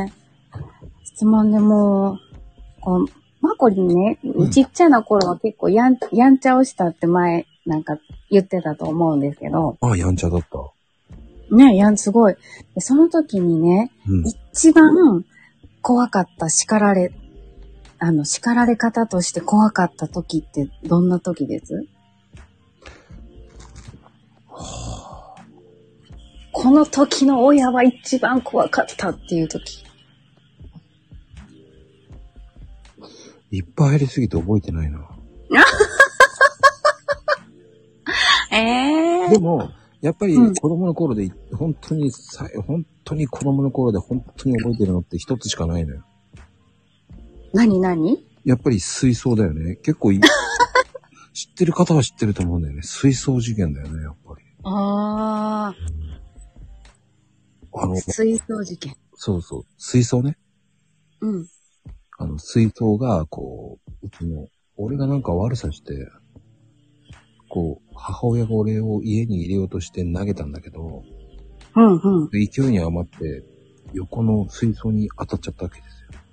でもう、こう、マコリンね、ちっちゃな頃は結構やんちゃをしたって前、なんか言ってたと思うんですけど。 あ、やんちゃだった。 ね、すごい。でその時にね、一番怖かった叱られ方として怖かった時ってどんな時です？この時の親は一番怖かったっていう時。 いっぱい入りすぎて覚えてないな。でも、やっぱり子供の頃で、本当に子供の頃で本当に覚えてるのって一つしかないのよ。 何？ やっぱり水槽だよね。結構知ってる方は知ってると思うんだよね。水槽事件だよね、やっぱり。 水槽事件。 そう。水槽ね。 うん。 水槽が、こう、俺がなんか悪さして、こう、母親が俺を家に入れようとして投げたんだけど、勢いに余って、横の水槽に当たっちゃったわけ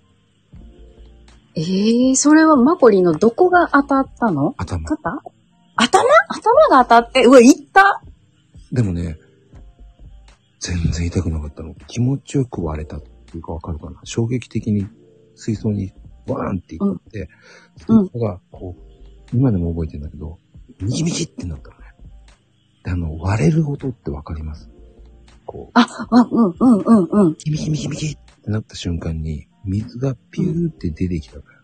ですよ。それはマコリのどこが当たったの？頭が当たって、いった！ でもね、全然痛くなかったの。気持ちよく割れたっていうかわかるかな。衝撃的に水槽にバーンっていって、水槽がこう、今でも覚えてるんだけど、ミキミキってなったのね。で、割れる音ってわかります？こう。ミキミキってなった瞬間に、水がピューって出てきたのよ。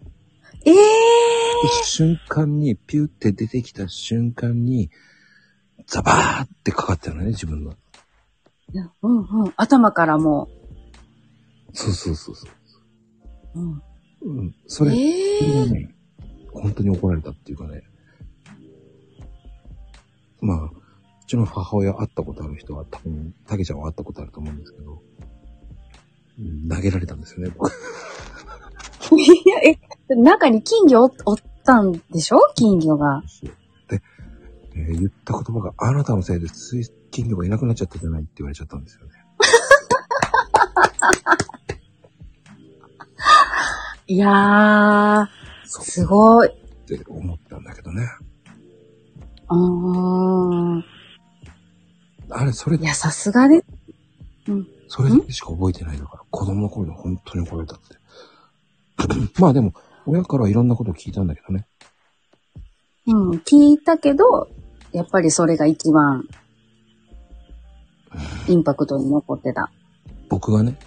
瞬間に、ピューって出てきた瞬間に、ザバーってかかったのね、自分の。 頭からもう。そう。それがね、本当に怒られたっていうかね。まあ、うちの母親会ったことある人は多分、たけちゃんは会ったことあると思うんですけど、投げられたんですよね、僕。 中に金魚おったんでしょ？金魚が。 で、言った言葉があなたのせいで金魚がいなくなっちゃったじゃないって言われちゃったんですよね。 いやー、すごい。 って思ったんだけどね。 あれ、それ。 いや、さすがで。 うん。それだけしか覚えてないんだから、子供の頃に本当に覚えたって。まあでも、親からいろんなこと聞いたんだけどね。 うん、聞いたけど、やっぱりそれが一番、インパクトに残ってた。 僕がね。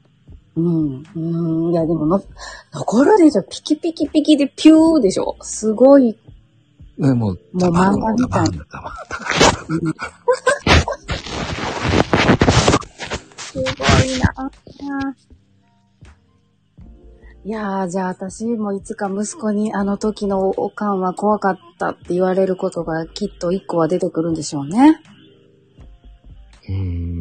いやでも残るでしょ。ピキピキピキでピューでしょ。すごい。 ね、もう漫画みたい。すごいな。いやー、じゃあ私もいつか息子にあの時のおかんは怖かったって言われることがきっと一個は出てくるんでしょうね。 うん。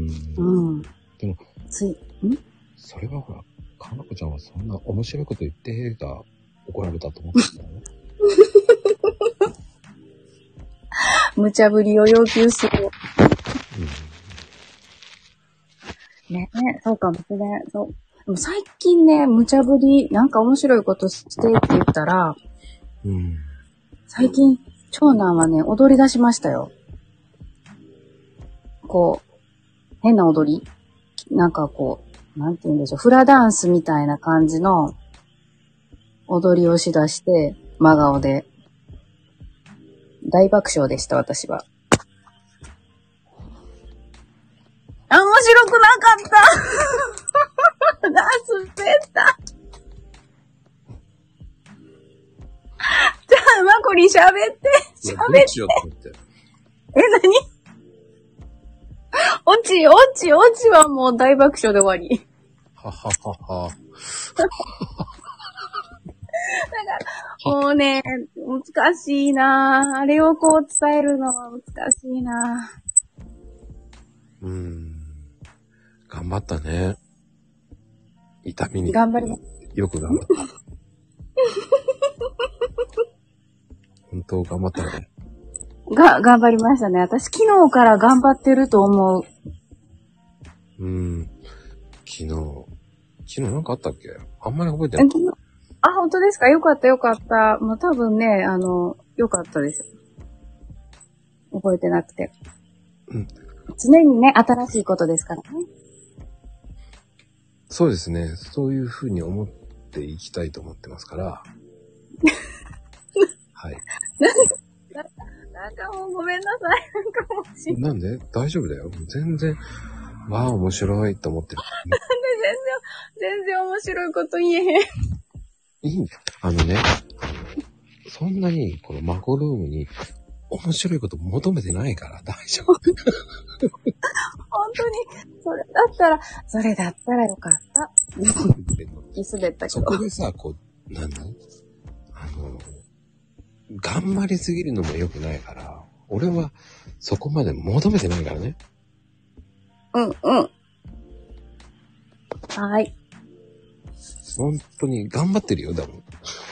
でも、それはほら、かなこちゃんはそんな面白いこと言ってが怒られたと思ってたよね。 無茶ぶりを要求する。ねえ、そうかもしれん。そう。でも最近ね、無茶ぶり、なんか面白いことしてって言ったら、最近、長男はね、踊り出しましたよ。こう、変な踊りなんかこう、なんて言うんでしょう、フラダンスみたいな感じの踊りをしだして、真顔で。大爆笑でした、私は。面白くなかった滑ったじゃあ、マコリ喋って。喋って。何オチはもう大爆笑で終わり。 はははは。 だからもうね、難しいなぁ。あれをこう伝えるのは難しいなぁ。 頑張ったね。痛みに。 頑張ります。 よく頑張った。本当頑張ったね。 頑張りましたね。私昨日から頑張ってると思う。 昨日なんかあったっけ？あんまり覚えてない。 あ、本当ですか？よかったよかった。もう多分ね、よかったです。覚えてなくて。常にね、新しいことですからね。 そうですね。そういうふうに思っていきたいと思ってますから。はい。 なんかもうごめんなさい。 なんで？大丈夫だよ。全然、わあ、面白いと思ってる。 全然面白いこと言えへん。 いいんだよ。そんなに、このマコルームに面白いこと求めてないから大丈夫。 本当に、それだったらよかった。滑ったけど。 そこでさ、頑張りすぎるのも良くないから、俺はそこまで求めてないからね。 はい。 本当に頑張ってるよ、だもん。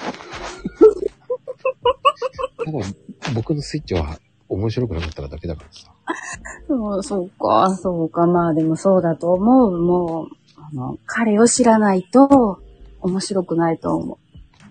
ただ、僕のスイッチは面白くなかっただけだからさ。 そうか。まあでもそうだと思う。もう、彼を知らないと面白くないと思う。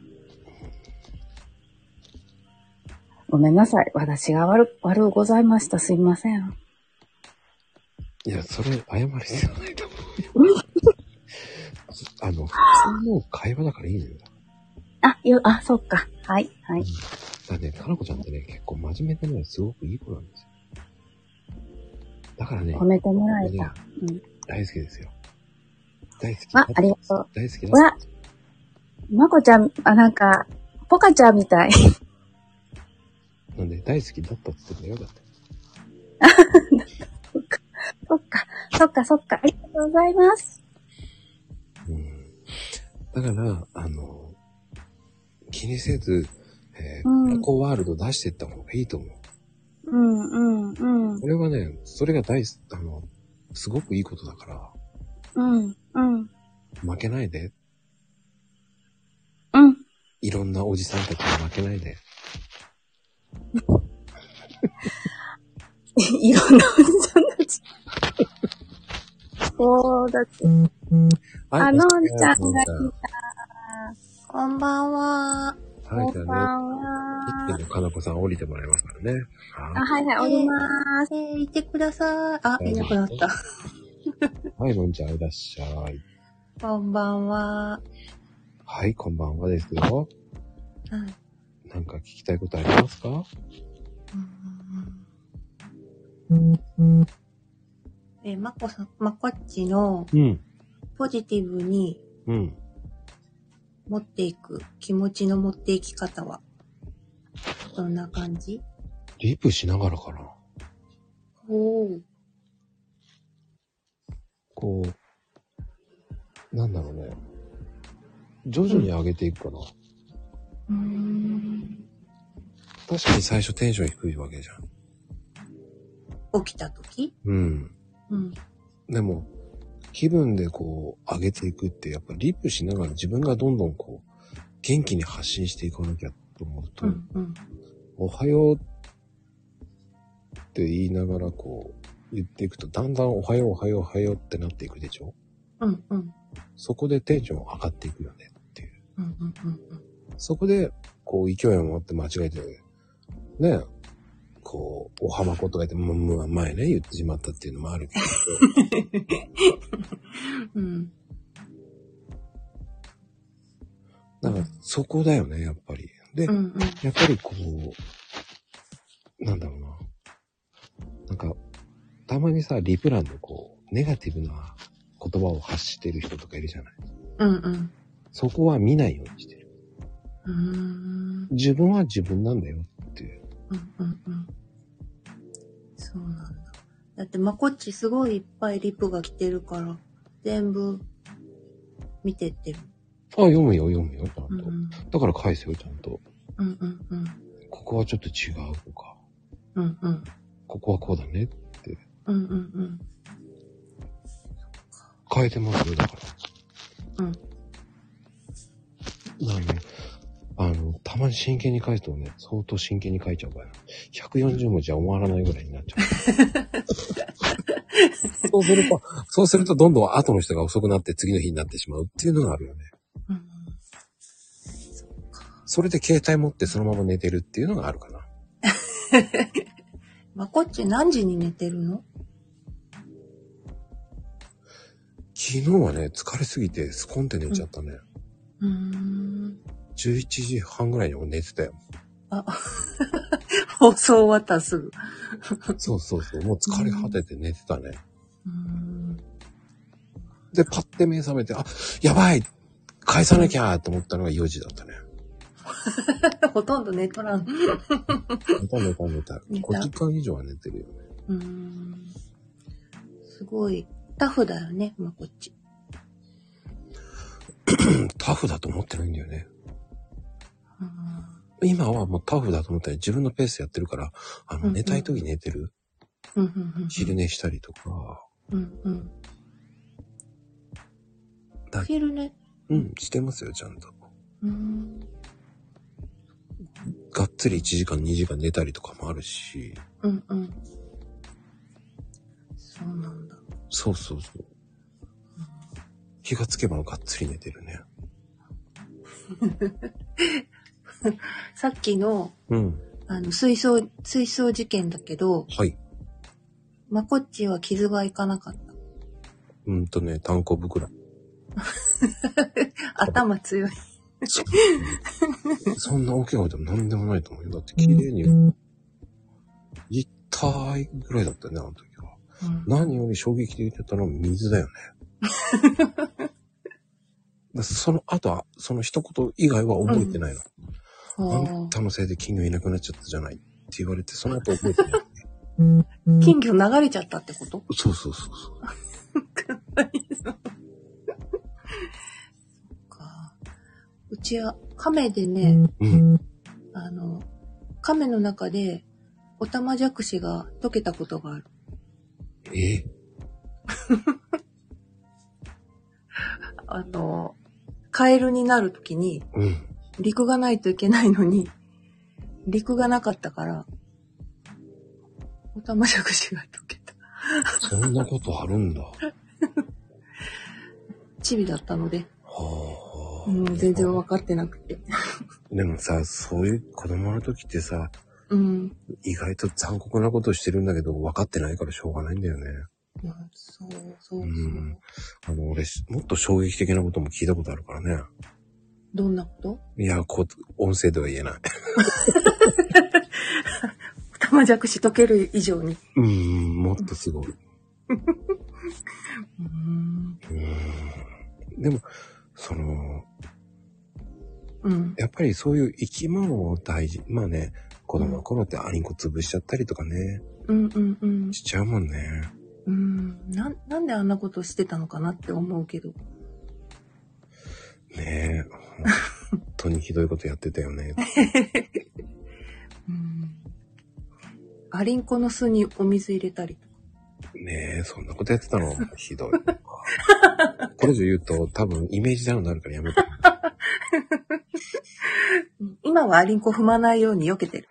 ごめんなさい。私が悪うございました。すいません。 いや、それ、謝る必要ないと思う。普通の会話だからいいのよ。 そっか。はい。 だね、かなこちゃんってね、結構真面目でね、すごくいい子なんですよ。だからね、 褒めてもらえた。 大好きですよ。大好き。 ありがとう。 大好きだ。 まこちゃん、なんか、ポカちゃんみたい。 なんで、大好きだったって言ってたよ、だって。 そっか。ありがとうございます。 だから、気にせず、コワールド出していった方がいいと思う。これはね、それがすごくいいことだから。負けないで。いろんなおじさんたちに負けないで。 いろんなおじさんたち。そうだって。のんちゃんが来た。こんばんは。 はい、じゃあね。いでも、かなこさん降りてもらいますからね。 はいはい、降りまーす。 行ってください。あ、いなくなった。 はい、のんちゃんいらっしゃい。 こんばんは。 はい、こんばんはですよ。 はい。 なんか聞きたいことありますか？ まこっちの、ポジティブに、持っていく、気持ちの持っていき方は、どんな感じ？ リプしながらかな。 おー。 こう、なんだろうね。徐々に上げていくかな。確かに最初テンション低いわけじゃん。起きた時？ でも、気分でこう、上げていくって、やっぱリップしながら自分がどんどんこう、元気に発信していかなきゃと思うと、おはようって言いながらこう、言っていくと、だんだんおはようおはようおはようってなっていくでしょ？そこでテンション上がっていくよねっていう。そこで、こう、勢いを持って間違えて、ね、こう、おはまことか言って、前ね、言ってしまったっていうのもあるけど。だから、そこだよね、やっぱり。で、やっぱりこう、なんだろうな。なんか、たまにさ、リプランでこう、ネガティブな言葉を発してる人とかいるじゃない。そこは見ないようにしてる。自分は自分なんだよっていう。 そうなんだ。だってまこっちすごいいっぱいリプが来てるから、全部見てってる。 あ、読むよ、ちゃんと。だから返すよ、ちゃんと。ここはちょっと違うとか。ここはこうだねって。変えてますよ、だから。たまに真剣に書いてもね、相当真剣に書いちゃうから、140文字は終わらないぐらいになっちゃう。そうするとどんどん後の人が遅くなって次の日になってしまうっていうのがあるよね。それで携帯持ってそのまま寝てるっていうのがあるかな。 まこっち何時に寝てるの？ 昨日はね、疲れすぎてスコンって寝ちゃったね。11時半ぐらいにも寝てたよ。 放送終わったらすぐ。 そう。もう疲れ果てて寝てたね。で、パッて目覚めて、やばい返さなきゃと思ったのが4時だったね。 ほとんど寝とらん。寝た。5時間以上は寝てるよね。 すごいタフだよね、まこっち。 タフだと思ってないんだよね。今はもうタフだと思ったら自分のペースやってるから、寝たい時寝てる。昼寝したりとか。 昼寝？ してますよ、ちゃんと。がっつり1時間2時間寝たりとかもあるし。 そうなんだ。 そう。気がつけばがっつり寝てるね。 さっきの、水槽事件だけど、 はい。 まこっちは傷がいかなかった。 単行部くらい。 頭強い。 そんな大きなことでも何でもないと思うよ。だって綺麗に、痛いぐらいだったよね、あの時は。何より衝撃的だったのは水だよね。その後は、その一言以外は覚えてないの。あんたのせいで金魚いなくなっちゃったじゃないって言われて、その後覚えてない。 金魚流れちゃったってこと？ そう。 うちは亀でね、亀の中でオタマジャクシが溶けたことがある。カエルになるときに、陸がないといけないのに、陸がなかったから、オタマジャクシが溶けた。 そんなことあるんだ。 チビだったので、全然分かってなくて。 でもさ、そういう子供の時ってさ、 うん。 意外と残酷なことしてるんだけど、分かってないからしょうがないんだよね。 そうそう。 俺、もっと衝撃的なことも聞いたことあるからね。 どんなこと？ いや、音声では言えない。 玉じゃくし溶ける以上に。 もっとすごい。でも、やっぱりそういう生き物を大事。まあね、子供の頃ってアリンコ潰しちゃったりとかね。しちゃうもんね。 なんであんなことしてたのかなって思うけど。 ねえ、本当にひどいことやってたよね。 アリンコの巣にお水入れたりとか。 ねえ、そんなことやってたのひどい。これ以上言うと多分イメージダウンになるからやめて。 今はアリンコ踏まないように避けてる。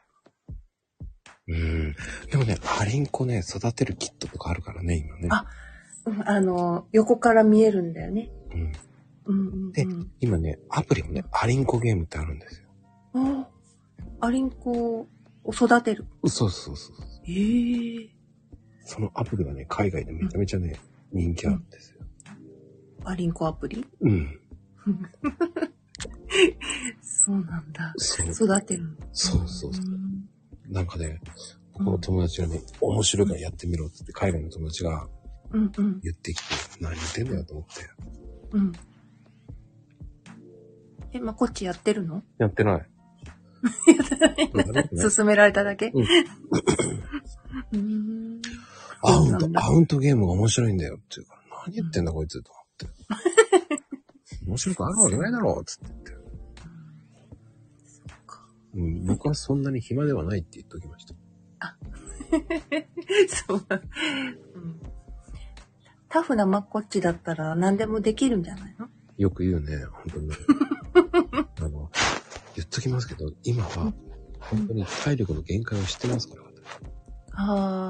でもね、アリンコね、育てるキットとかあるからね、今ね。 横から見えるんだよね。 で、今ね、アプリもね、アリンコゲームってあるんですよ。 アリンコを育てる。 そう。そのアプリがね、海外でめちゃめちゃね、人気あるんですよ。 アリンコアプリ？そうなんだ。育てる。 そう。なんかね、僕の友達がね、面白いからやってみろって言って、海外の友達が言ってきて、何言ってんだよと思って。 こっちやってるの？ やってない。 勧められただけ？ アウントゲームが面白いんだよって言うから、何言ってんだこいつと思って。面白くあるわけないだろつって言って。僕はそんなに暇ではないって言っておきました。 そう。タフなマッコッチだったら何でもできるんじゃないの？ よく言うね、本当に。言っときますけど、今は本当に体力の限界を知ってますから。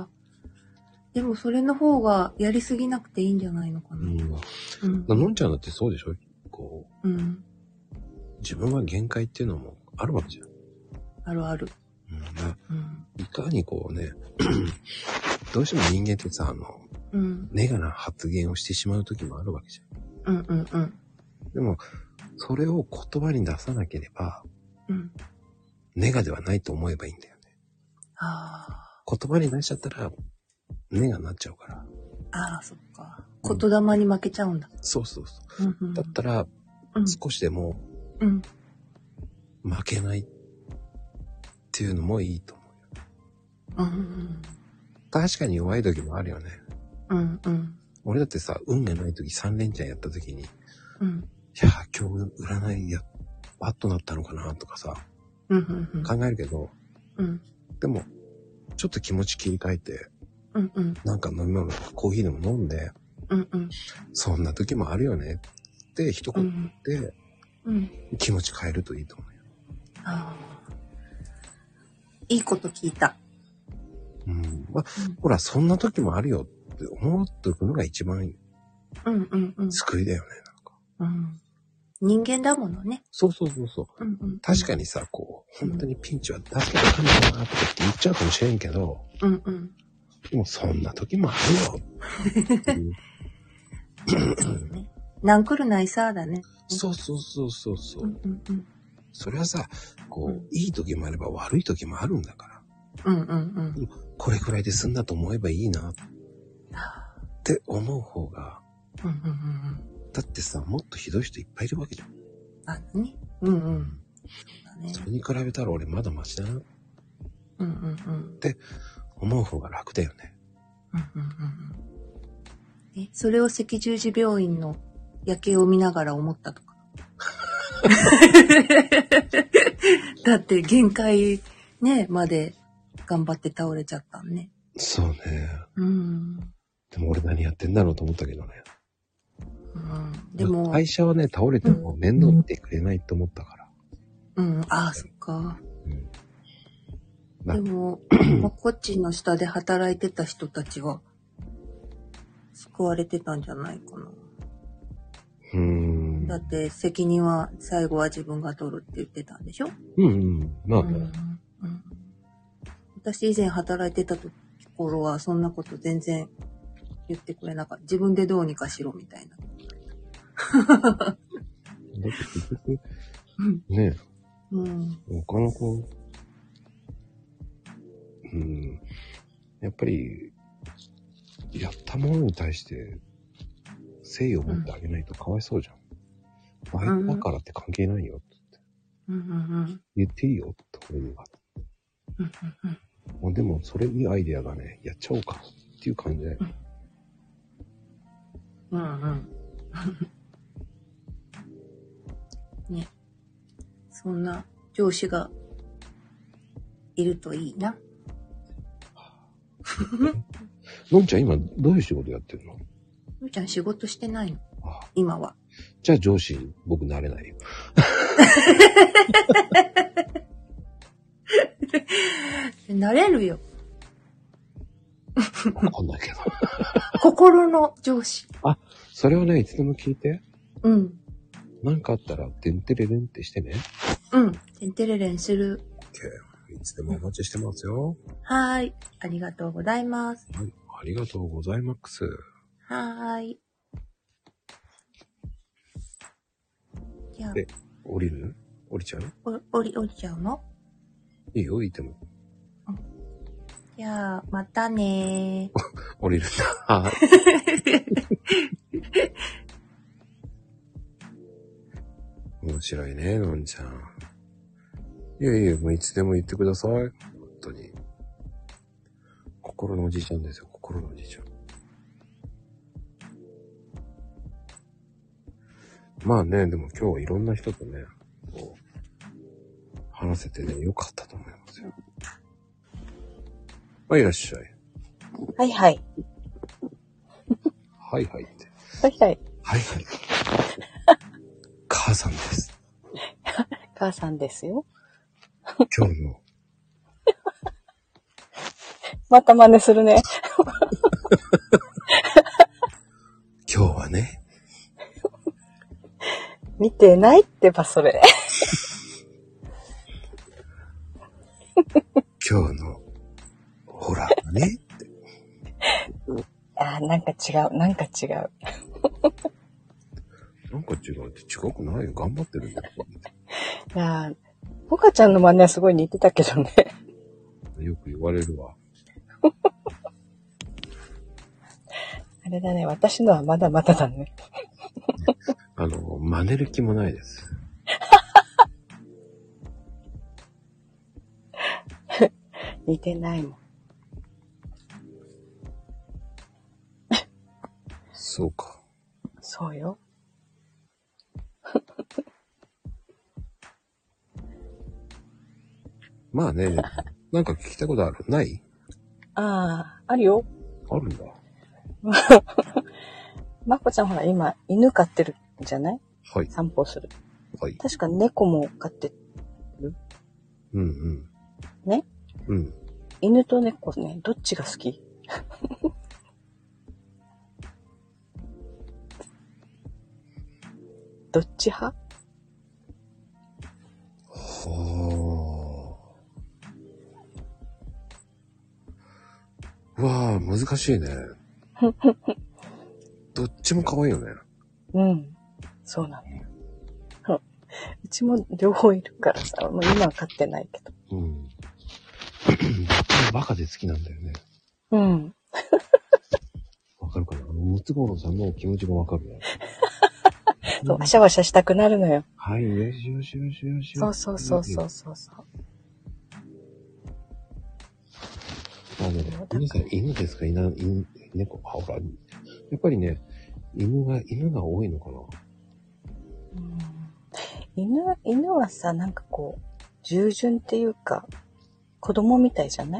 でもそれの方がやりすぎなくていいんじゃないのかな。 のんちゃんだってそうでしょ？自分は限界っていうのもあるわけじゃん。 ある。 いかにこうね、どうしても人間ってさ、ネガな発言をしてしまう時もあるわけじゃん。でも、それを言葉に出さなければ、ネガではないと思えばいいんだよね。言葉に出しちゃったら、ネガになっちゃうから。 そっか。言霊に負けちゃうんだ。 そう。だったら、少しでも、負けないっていうのもいいと思うよ。確かに弱い時もあるよね。俺だってさ、運がない時3連チャンやった時に、いや、今日占いバッとなったのかなとかさ、考えるけど、でも、ちょっと気持ち切り替えて、なんか飲み物とかコーヒーでも飲んで、そんな時もあるよねって一言言って、気持ち変えるといいと思うよ。 いいこと聞いた。 ほら、そんな時もあるよって思っておくのが一番救いだよね、なんか。 人間だものね。 そう。確かにさ、こう、本当にピンチは出すけどかんだなとかって言っちゃうかもしれんけど、でもそんな時もあるよ。 なんくるないさだね。 そう。それはさ、こう、いい時もあれば悪い時もあるんだから。これくらいで済んだと思えばいいなって思う方が、だってさ、もっとひどい人いっぱいいるわけじゃん。それに比べたら俺まだマシだな。って思う方が楽だよね。 それを赤十字病院の夜景を見ながら思ったとか。だって限界ね、まで頑張って倒れちゃったんね。 そうね。でも俺何やってんだろうと思ったけどね。でも会社はね、倒れても面倒見てくれないと思ったから。 そっか。でも、こっちの下で働いてた人たちは救われてたんじゃないかな。 だって責任は最後は自分が取るって言ってたんでしょ？ まあね。 私以前働いてた頃はそんなこと全然言ってくれなかった。自分でどうにかしろみたいな。 だって結局、ね他の子、やっぱり、やったものに対して、誠意を持ってあげないとかわいそうじゃん。バイトだからって関係ないよって言っていいよって俺には。でもそれいいアイデアがね、やっちゃおうかっていう感じで。 ね。そんな上司がいるといいな。 のんちゃん今どういう仕事やってるの？ のんちゃん仕事してないの。今は。 じゃあ上司僕なれないよ。 なれるよ。 わかんないけど。 心の上司。 あ、それはね、いつでも聞いて。なんかあったら、てんてれれんってしてね。 てんてれれんする。 いつでもお待ちしてますよ。 はーい。ありがとうございます。 はい。ありがとうございます。 はーい。じゃあ。 降りる？降りちゃう？ 降りちゃうの？ いいよ、いても。 じゃあ、またねー。 降りるんだ。はい。面白いね、のんちゃん。いやいや、もういつでも言ってください。本当に。心のおじいちゃんですよ、心のおじいちゃん。まあね、でも今日はいろんな人とね、こう、話せてね、よかったと思いますよ。はい、いらっしゃい。 はいはい。 はいはいって。 はいはい。 はいはい。母さんです。 母さんですよ。 今日の。 また真似するね。 今日はね。 見てないってば、それ。 今日の、ほら、ねって。 なんか違う、なんか違う。 なんか違うって違くないよ。頑張ってるんだよ。 いやー、ポカちゃんの真似はすごい似てたけどね。 よく言われるわ。 あれだね、私のはまだまだだね。 真似る気もないです。 似てないもん。 そうか。 そうよ。 まあね、なんか聞きたことある？ない？ あるよ。 あるんだ。 まこちゃんほら今犬飼ってるんじゃない？ はい。 散歩する。 はい。 確か猫も飼ってる？ね？犬と猫ね、どっちが好き？どっち派？ うわぁ、難しいね。どっちも可愛いよね。 そうなのよ。うちも両方いるからさ、もう今は飼ってないけど。 バカで好きなんだよね。わかるかな？ムツゴロウさんの気持ちがわかるね。 そう、わしゃわしゃしたくなるのよ。 はい、よしよしよしよし。 そう。 皆さん犬ですか？猫？ほら。やっぱりね、犬が多いのかな？ 犬はさ、なんかこう、従順っていうか、子供みたいじゃない？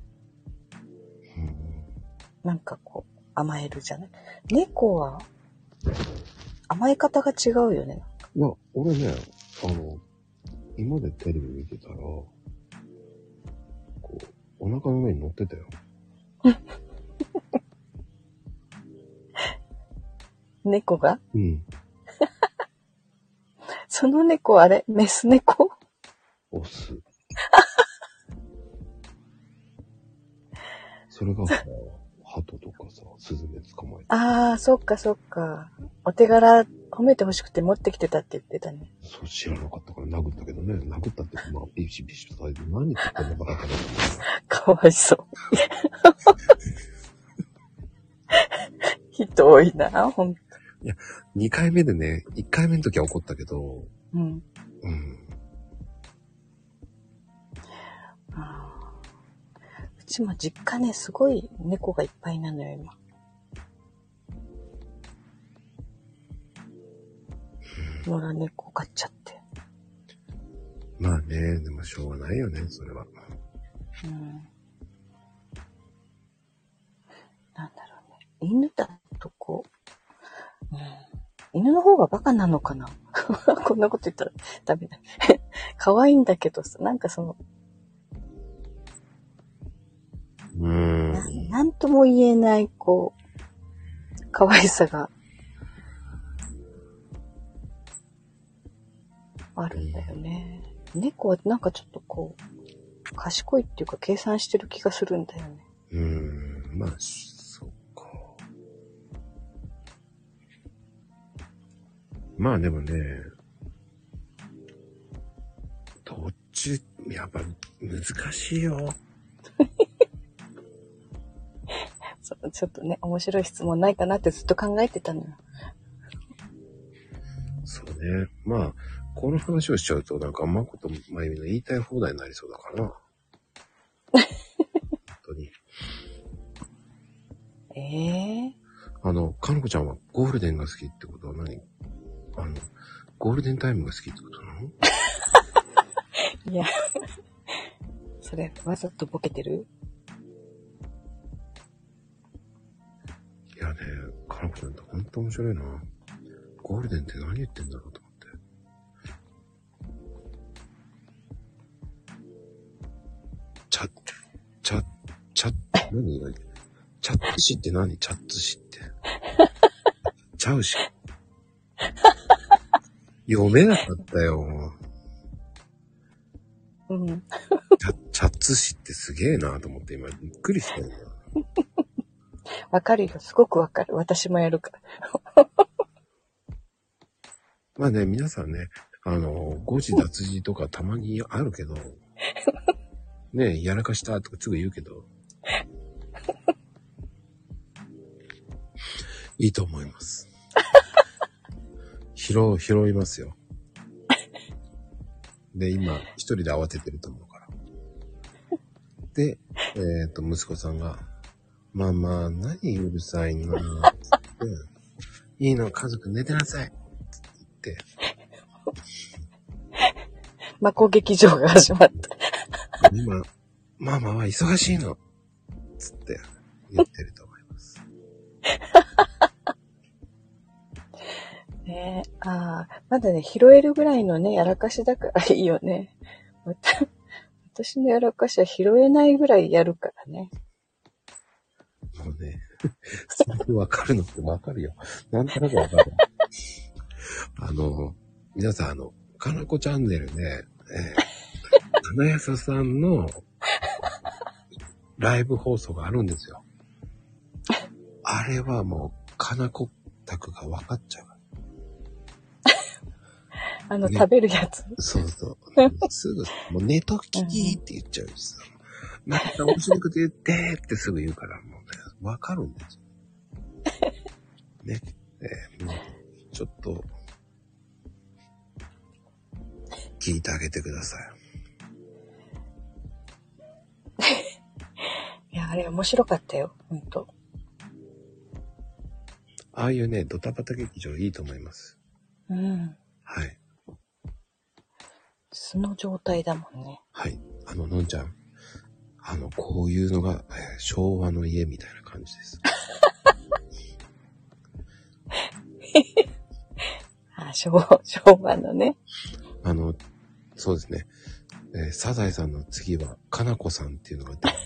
なんかこう、甘えるじゃない？猫は、甘え方が違うよね。 いや、俺ね、今までテレビ見てたら、こう、お腹の上に乗ってたよ。 猫が？ その猫あれメス猫？ オス。それがさ、鳩とかさ、スズメ捕まえて。 ああ、そっかそっか。お手柄褒めてほしくて持ってきてたって言ってたね。 そう、知らなかったから殴ったけどね。殴ったって、まあ、ビシビシとされて、何言ってんのバカだね。 かわいそう。人多いな、ほんと。 いや、2回目でね、1回目の時は怒ったけど、 うん。 うん。 うちも実家ね、すごい猫がいっぱいなのよ、今。野良猫飼っちゃって。 まあね、でもしょうがないよね、それは。 うん。なんだろうね。犬だとこう、犬の方がバカなのかなこんなこと言ったらダメだ。可愛いんだけどさ、なんかその、なんとも言えない、こう、可愛さがあるんだよね。猫はなんかちょっとこう、賢いっていうか計算してる気がするんだよね。 まあ、そっか。まあでもね、どっち、やっぱ難しいよ。 ちょっとね、面白い質問ないかなってずっと考えてたのよ。 そうね。まあ、この話をしちゃうと、なんか、まことまゆみの言いたい放題になりそうだからな。本当に。かのこちゃんはゴールデンが好きってことは何？ゴールデンタイムが好きってことなの？ いや、それ、わざとボケてる？ いやね、かのこちゃんってほんと面白いな。ゴールデンって何言ってんだろうと思って。何チャッツシって何？チャッツシって。ちゃうし。読めなかったよ。 うん。 チャッツシってすげえなと思って今びっくりしたよ。 わかるよ。すごくわかる。私もやるから。 まあね、皆さんね、誤字脱字とかたまにあるけど、ね、やらかしたとかすぐ言うけど、いいと思います。拾いますよ。で、今、一人で慌ててると思うから。で、息子さんが、ママ、何うるさいなって、いいの、家族寝てなさいって言って。 まこ劇場が始まった。 今、ママは忙しいのつって言ってると思います。 ねえ、まだね、拾えるぐらいのね、やらかしだからいいよね。私のやらかしは拾えないぐらいやるからね。 もうね、それでわかるのってわかるよ。なんとなくわかる。皆さんかなこチャンネルで、花やささんのライブ放送があるんですよ。あれはもう、かなこ宅がわかっちゃう。 ね、食べるやつ。 そうそう。すぐ、もう寝ときって言っちゃうしさ。また面白いこと言ってってすぐ言うから、もうね、わかるんですよ。ね。もう、ちょっと、聞いてあげてください。いや、あれ面白かったよ、ほんと。 ああいうね、ドタバタ劇場いいと思います。 うん。 はい。 素の状態だもんね。 はい。のんちゃん、こういうのが、昭和の家みたいな感じです。 昭和のね。 そうですね。サザエさんの次は、かなこさんっていうのが出てき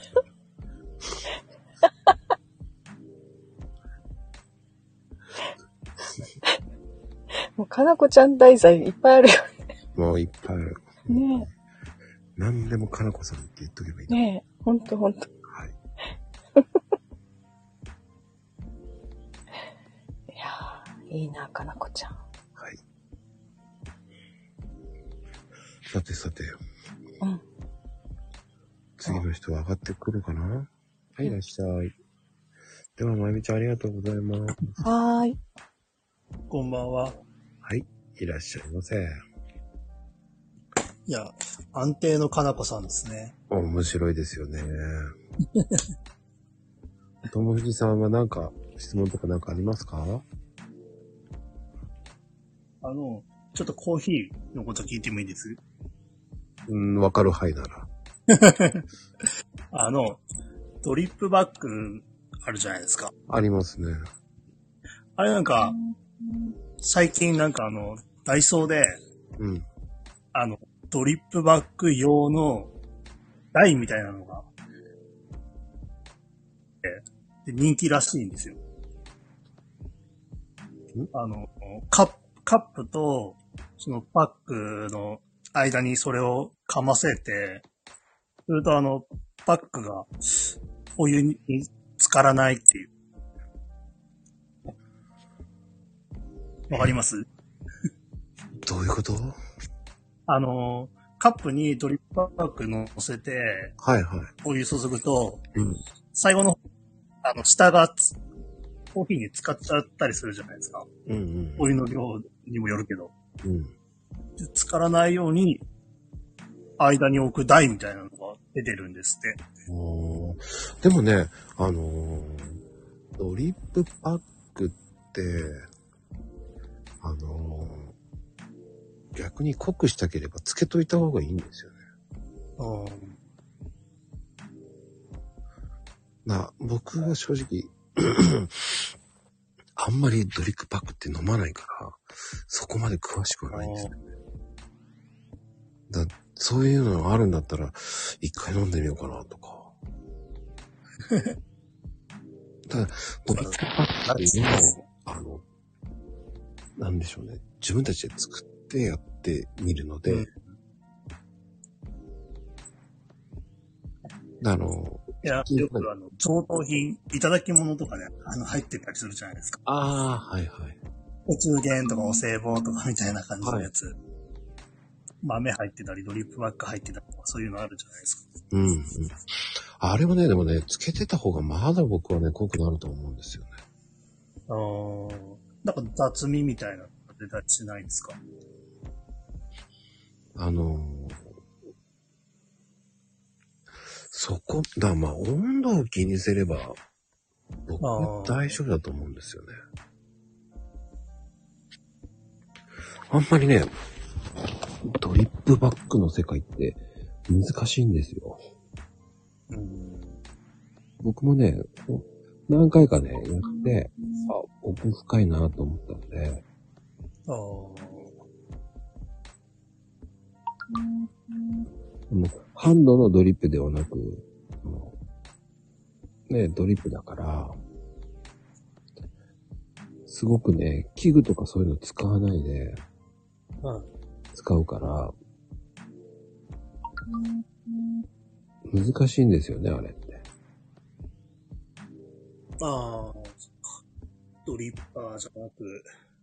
た。 もう、かなこちゃん題材いっぱいあるよね。 もういっぱいある。 ねえ。何でもかなこさんって言っとけばいい。 ねえ、ほんと。はい。いやー、いいな、かなこちゃん。 はい。さて。 うん。 次の人は上がってくるかな？はい、いらっしゃい。では、まゆみちゃんありがとうございます。 はーい。 こんばんは。 はい、いらっしゃいませ。 いや、安定のかなこさんですね。 面白いですよね。ともふじさんは何か質問とか何かありますか？ ちょっとコーヒーのこと聞いてもいいです？ わかる範囲なら。 ドリップバッグあるじゃないですか。 ありますね。 あれなんか、最近なんかダイソーで、ドリップバッグ用の台みたいなのが、で人気らしいんですよ。カップと、そのパックの間にそれをかませて、するとパックがお湯に浸からないっていう。わかります？ どういうこと？ カップにドリップバッグ乗せて、お湯注ぐと、最後の、下がコーヒーに使っちゃったりするじゃないですか。お湯の量にもよるけど。浸からないように、間に置く台みたいなのが出てるんですって。 でもね、ドリップバッグって、逆に濃くしたければつけといた方がいいんですよね。僕は正直、あんまりドリップバッグって飲まないから、そこまで詳しくはないんですよね。そういうのがあるんだったら、一回飲んでみようかなとか。ただ、ドリップバッグっていうのを、なんでしょうね。自分たちで作ってやってみるので、 いや、よく贈答品、いただき物とかね、入ってたりするじゃないですか。お中元とかお歳暮とかみたいな感じのやつ。豆入ってたり、ドリップバッグ入ってたりとか、そういうのあるじゃないですか。 あれはね、でもね、つけてた方がまだ僕はね、濃くなると思うんですよね。 なんか雑味みたいなのが出たりしないんですか？ 温度を気にすれば、僕は大丈夫だと思うんですよね。あんまりね、ドリップバッグの世界って難しいんですよ。僕もね、何回かね、やって、奥深いなと思ったんで。ハンドのドリップではなく、ドリップだから、すごくね、器具とかそういうの使わないで、使うから、難しいんですよね、あれって。 ドリッパーじゃなく。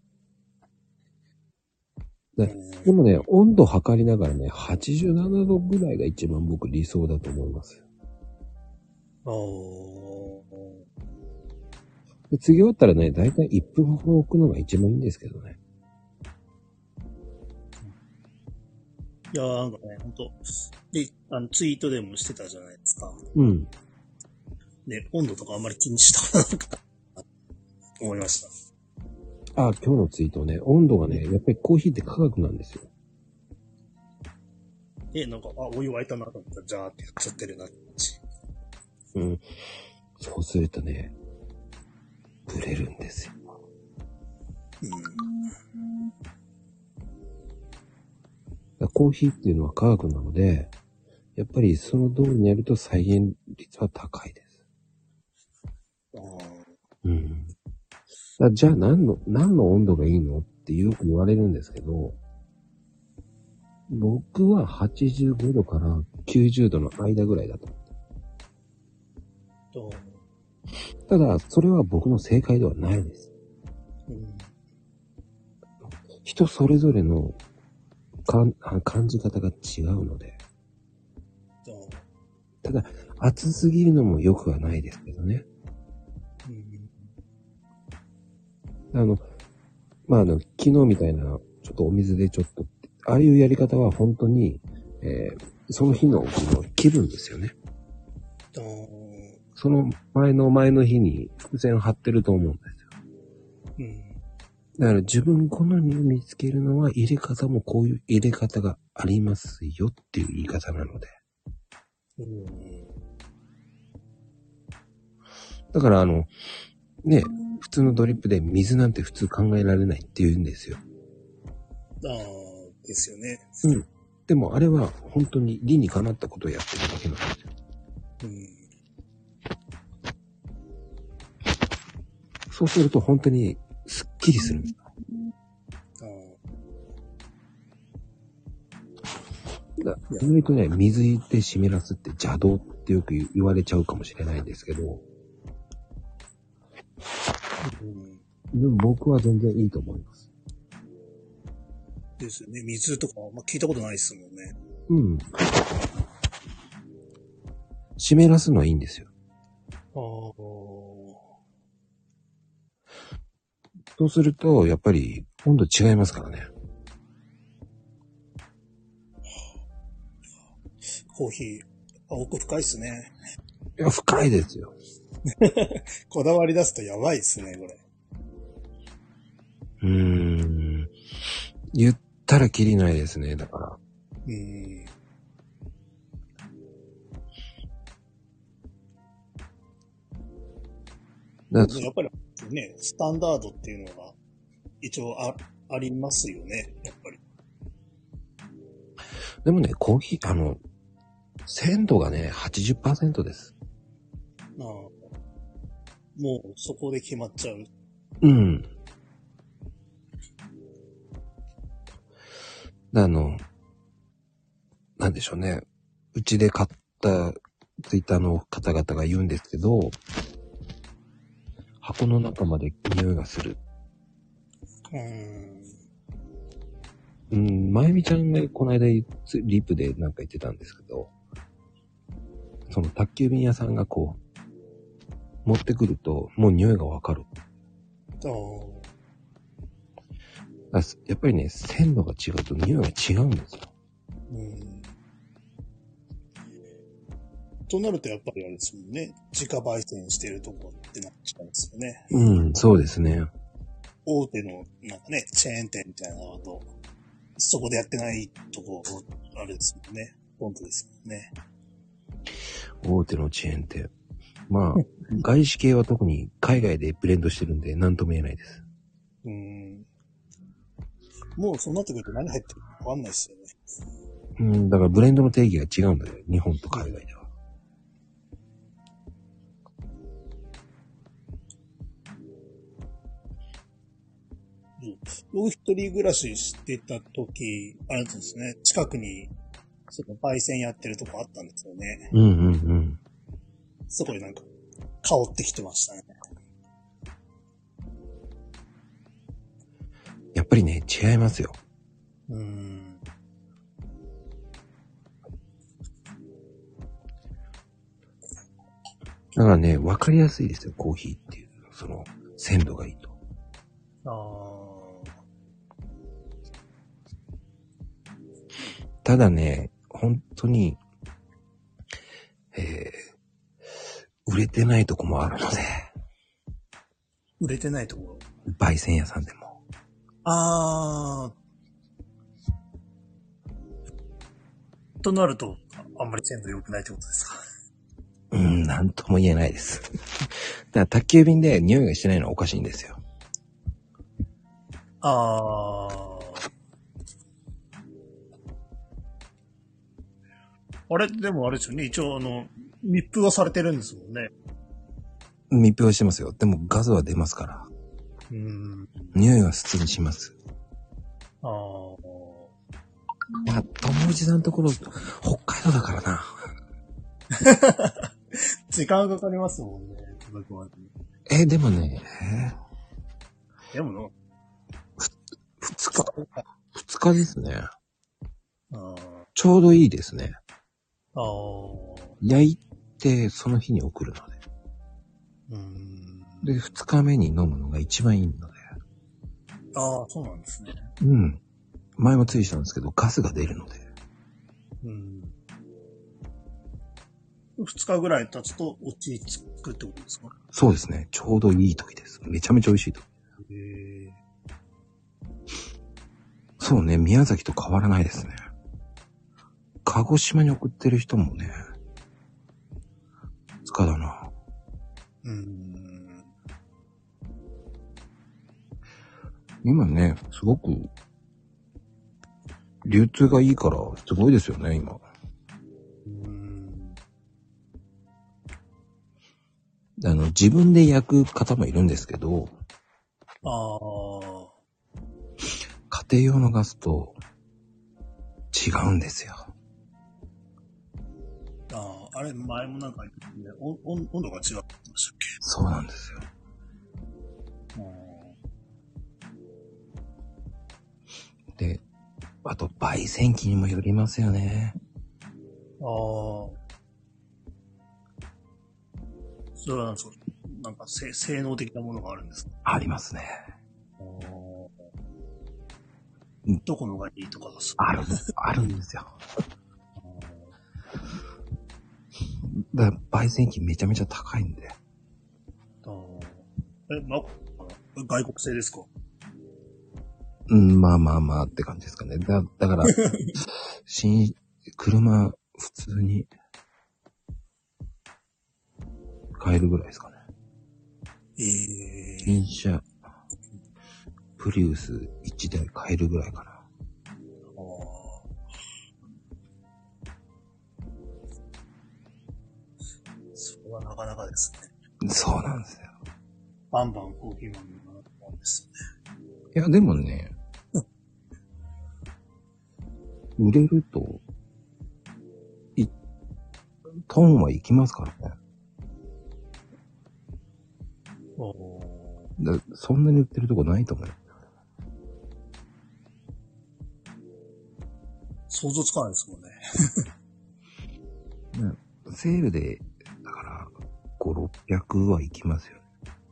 でもね、温度測りながらね、87度ぐらいが一番僕理想だと思います。で次終わったらね、だいたい1分ほど置くのが一番いいんですけどね。 いやなんかね、ほんと。で、ツイートでもしてたじゃないですか。で、温度とかあんまり気にしたのかな、思いました。 今日のツイートね、温度がね、やっぱりコーヒーって科学なんですよ。 なんか、お湯沸いたなと思ったら、ジャーってやっちゃってるなって感じ。 そうするとね、ブレるんですよ。コーヒーっていうのは科学なので、やっぱりその通りにやると再現率は高いです。じゃあ何の温度がいいのってってよく言われるんですけど、僕は85度から90度の間ぐらいだと。ただ、それは僕の正解ではないです。人それぞれの感じ方が違うので。ただ、暑すぎるのも良くはないですけどね。昨日みたいな、ちょっとお水でちょっと、ああいうやり方は本当に、その日の気分ですよね。その前の日に伏線を張ってると思うんですよ。だから自分好みを見つけるのは入れ方もこういう入れ方がありますよっていう言い方なので。だから普通のドリップで水なんて普通考えられないって言うんですよ。 ですよね。 でもあれは本当に理にかなったことをやってるだけなんですよ。そうすると本当にスッキリするんです。意外とね、水で湿らすって邪道ってよく言われちゃうかもしれないんですけど、でも僕は全然いいと思います。 ですよね。水とか、聞いたことないですもんね。 湿らすのはいいんですよ。そうすると、やっぱり温度違いますからね。 コーヒー、奥深いっすね。 いや、深いですよ。 こだわり出すとやばいっすね、これ。 言ったらキリないですね、だから。 やっぱりね、スタンダードっていうのが一応ありますよね、やっぱり。 でもね、コーヒー、鮮度がね、80% です。 もうそこで決まっちゃう。 なんでしょうね。うちで買ったツイッターの方々が言うんですけど、箱の中まで匂いがする。まゆみちゃんがこの間リップでなんか言ってたんですけど、その宅急便屋さんがこう、持ってくるともう匂いがわかる。やっぱりね、鮮度が違うと匂いが違うんですよ。 となるとやっぱりあれですもんね。自家焙煎してるとこってなっちゃうんですよね。 そうですね。 大手のなんかね、チェーン店みたいなのと、そこでやってないとこ、あれですもんね。本当ですもんね。 大手のチェーン店。外資系は特に海外でブレンドしてるんで何とも言えないです。 もうそうなってくると何入ってるかわかんないですよね。だからブレンドの定義が違うんだよ。日本と海外では。 僕一人暮らししてた時、あれですね、近くに、その焙煎やってるとこあったんですよね。そこでなんか、香ってきてましたね。 やっぱりね、違いますよ。だからね、わかりやすいですよ、コーヒーっていう。その、鮮度がいいと。ただね、本当に、売れてないとこもあるので。 売れてないところ？ 焙煎屋さんでも。 となると、あんまり鮮度良くないってことですか？ なんとも言えないです。だから宅急便で匂いがしてないのはおかしいんですよ。 あれ、でもあれですよね。一応密封はされてるんですもんね。 密封はしてますよ。でもガスは出ますから。匂いは普通にします。 まあ、友内さんのところ、北海道だからな。 時間かかりますもんね、届くまでに。 でもね、 でもの、 2日ですね。ちょうどいいですね。焼いて、その日に送るので。で、2日目に飲むのが一番いいので。 そうなんですね。 うん。前も注意したんですけど、ガスが出るので。 2日ぐらい経つと落ち着くってことですか？ そうですね。ちょうどいい時です。めちゃめちゃ美味しい時。そうね、宮崎と変わらないですね。鹿児島に送ってる人もね、2日だな。今ね、すごく、流通がいいから、すごいですよね、今。自分で焼く方もいるんですけど、家庭用のガスと違うんですよ。 あれ、前もなんか言ってね、温度が違ってましたっけ？ そうなんですよ。で、あと、焙煎機にもよりますよね。 それはなんですか？なんか性能的なものがあるんですか？ ありますね。 どこのがいいとかですか？あるんですよ。だから焙煎機めちゃめちゃ高いんで。 外国製ですか？ まあって感じですかね。だから、車、普通に、買えるぐらいですかね。新車、プリウス1台買えるぐらいかな。 それはなかなかですね。そうなんですよ。 バンバンコーヒー飲むもんですね。 いや、でもね、売れると、トンはいきますからね。そんなに売ってるとこないと思う。 想像つかないですもんね。 セールで、だから、5、600はいきますよね。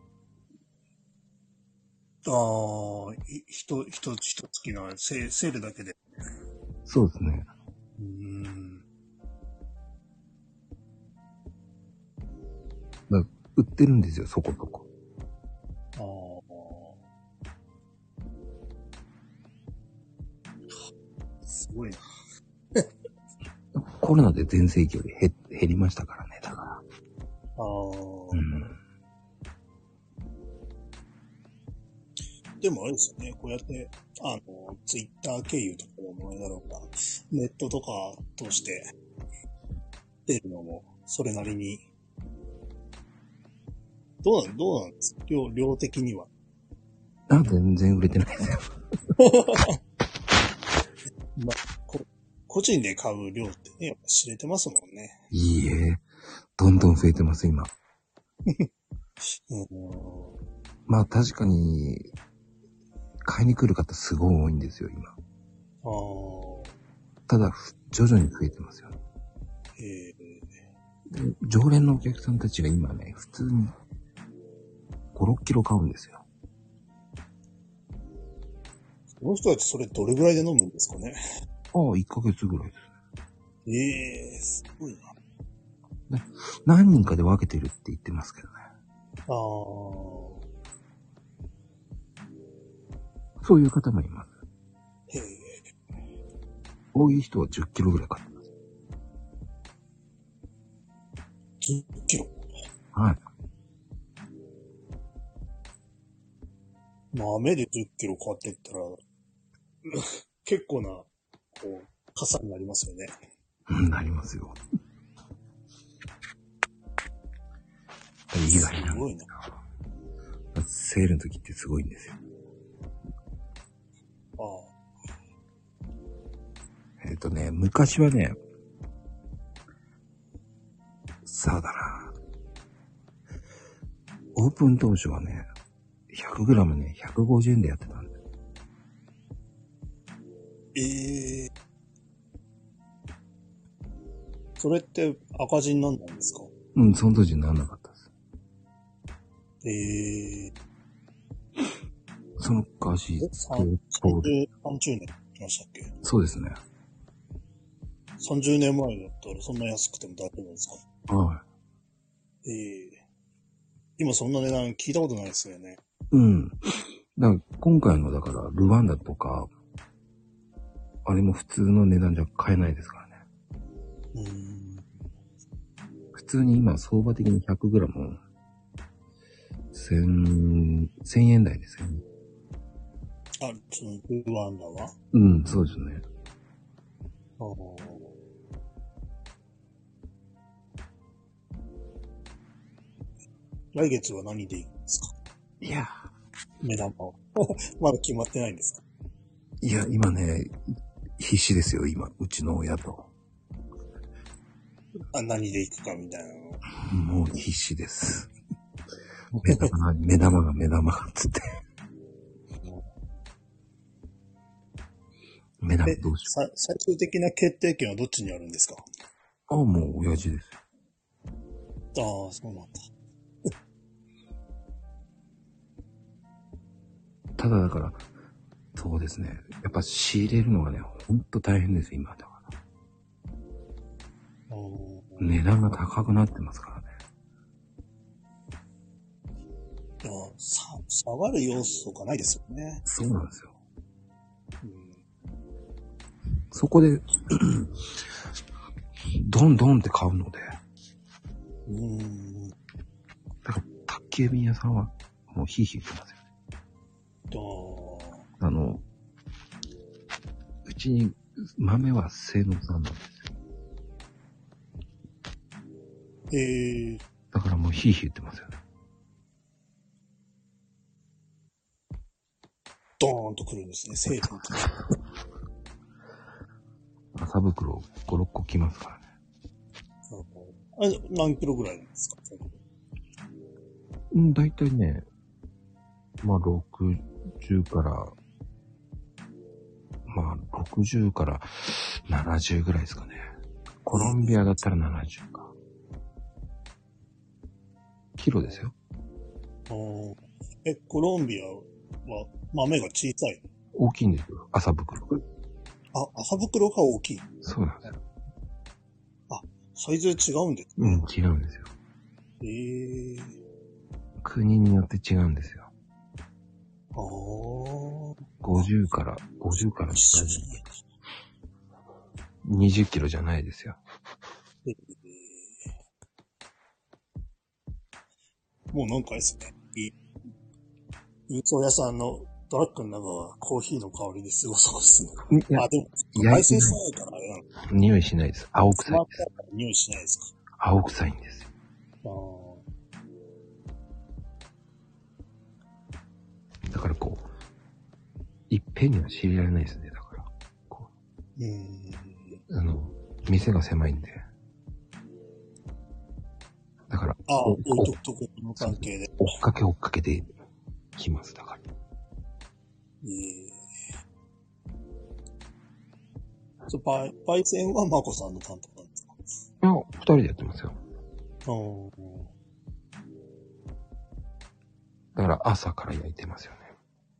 ひと月のセールだけで。 そうですね。売ってるんですよ、そこそこ。 すごいな。 コロナで全盛期より減りましたからね、だから。 でもあれですよね、こうやって、ツイッター経由とかでもだろうか、ネットとか通して出るのも、それなりに、どうなんですか？量的には。 全然売れてないですよ。 個人で買う量ってね、やっぱ知れてますもんね。 いいえ、どんどん増えてます、今。まあ確かに、買いに来る方すごい多いんですよ、今。ただ、徐々に増えてますよ。常連のお客さんたちが今ね、普通に5、6キロ買うんですよ。 この人たちそれどれぐらいで飲むんですかね ？1ヶ月ぐらいですね。すごいな。何人かで分けてるって言ってますけどね。そういう方もいます。多い人は10キロぐらい買ってます。 10キロ？ はい。 豆で10キロ買ってったら、結構な、傘になりますよね。 なりますよ。意外な。すごいな。セールの時ってすごいんですよ。 昔はね、さあだな。オープン当初はね、100g ね、150円でやってたんだよ。 それって赤字になんないんですか？ うん、その当時にならなかったです。その昔、 30年来ましたっけ？ そうですね。 30年前だったらそんな安くても大丈夫ですか？ はい。 今そんな値段聞いたことないですよね。 うん。だから今回のだからルワンダとか、あれも普通の値段じゃ買えないですからね。普通に今相場的に 100g 1000円台ですよね。 あ、そのルワンダは？ うん、そうですね。 来月は何で行くんですか？ いや。 目玉は。まだ決まってないんですか？ いや、今ね、必死ですよ、今、うちの親と。 何で行くかみたいなの。 もう必死です。目玉が、つって。目玉どうしよう。 最終的な決定権はどっちにあるんですか？ もう親父です。 そうなんだ。 ただだから、そうですね。やっぱ仕入れるのがね、ほんと大変です、今だから。値段が高くなってますからね。 下がる要素がないですよね。 そうなんですよ。そこで、どんどんって買うので。だから、宅急便屋さんは、もうヒーヒー言ってますよ。うちに豆は性能産なんですよ。だからもうヒーヒー言ってますよね。 ドーンと来るんですね、成分と。 麻袋5、6個来ますからね。 何キロぐらいなんですか？ だいたいね、まあ60から、60から70ぐらいですかね。コロンビアだったら70か。キロですよ。 コロンビアは豆が小さい？ 大きいんですよ、麻袋が。 麻袋が大きい？ そうなんですよ。 サイズ違うんですね。違うんですよ。国によって違うんですよ。50から20キロじゃないですよ。 もうなんかですね、輸送屋さんのトラックの中はコーヒーの香りですごそうですね。でも、焙煎しないからあれなの？ 匂いしないです。青臭いです。 匂いしないですか？ 青臭いんですよ。だからこう、いっぺんには知りられないですね、だから。店が狭いんで。だから、 独特の関係で。 追っかけで来ます、だから。 焙煎はマコさんの担当なんですか？ いや、2人でやってますよ。だから朝から焼いてますよね。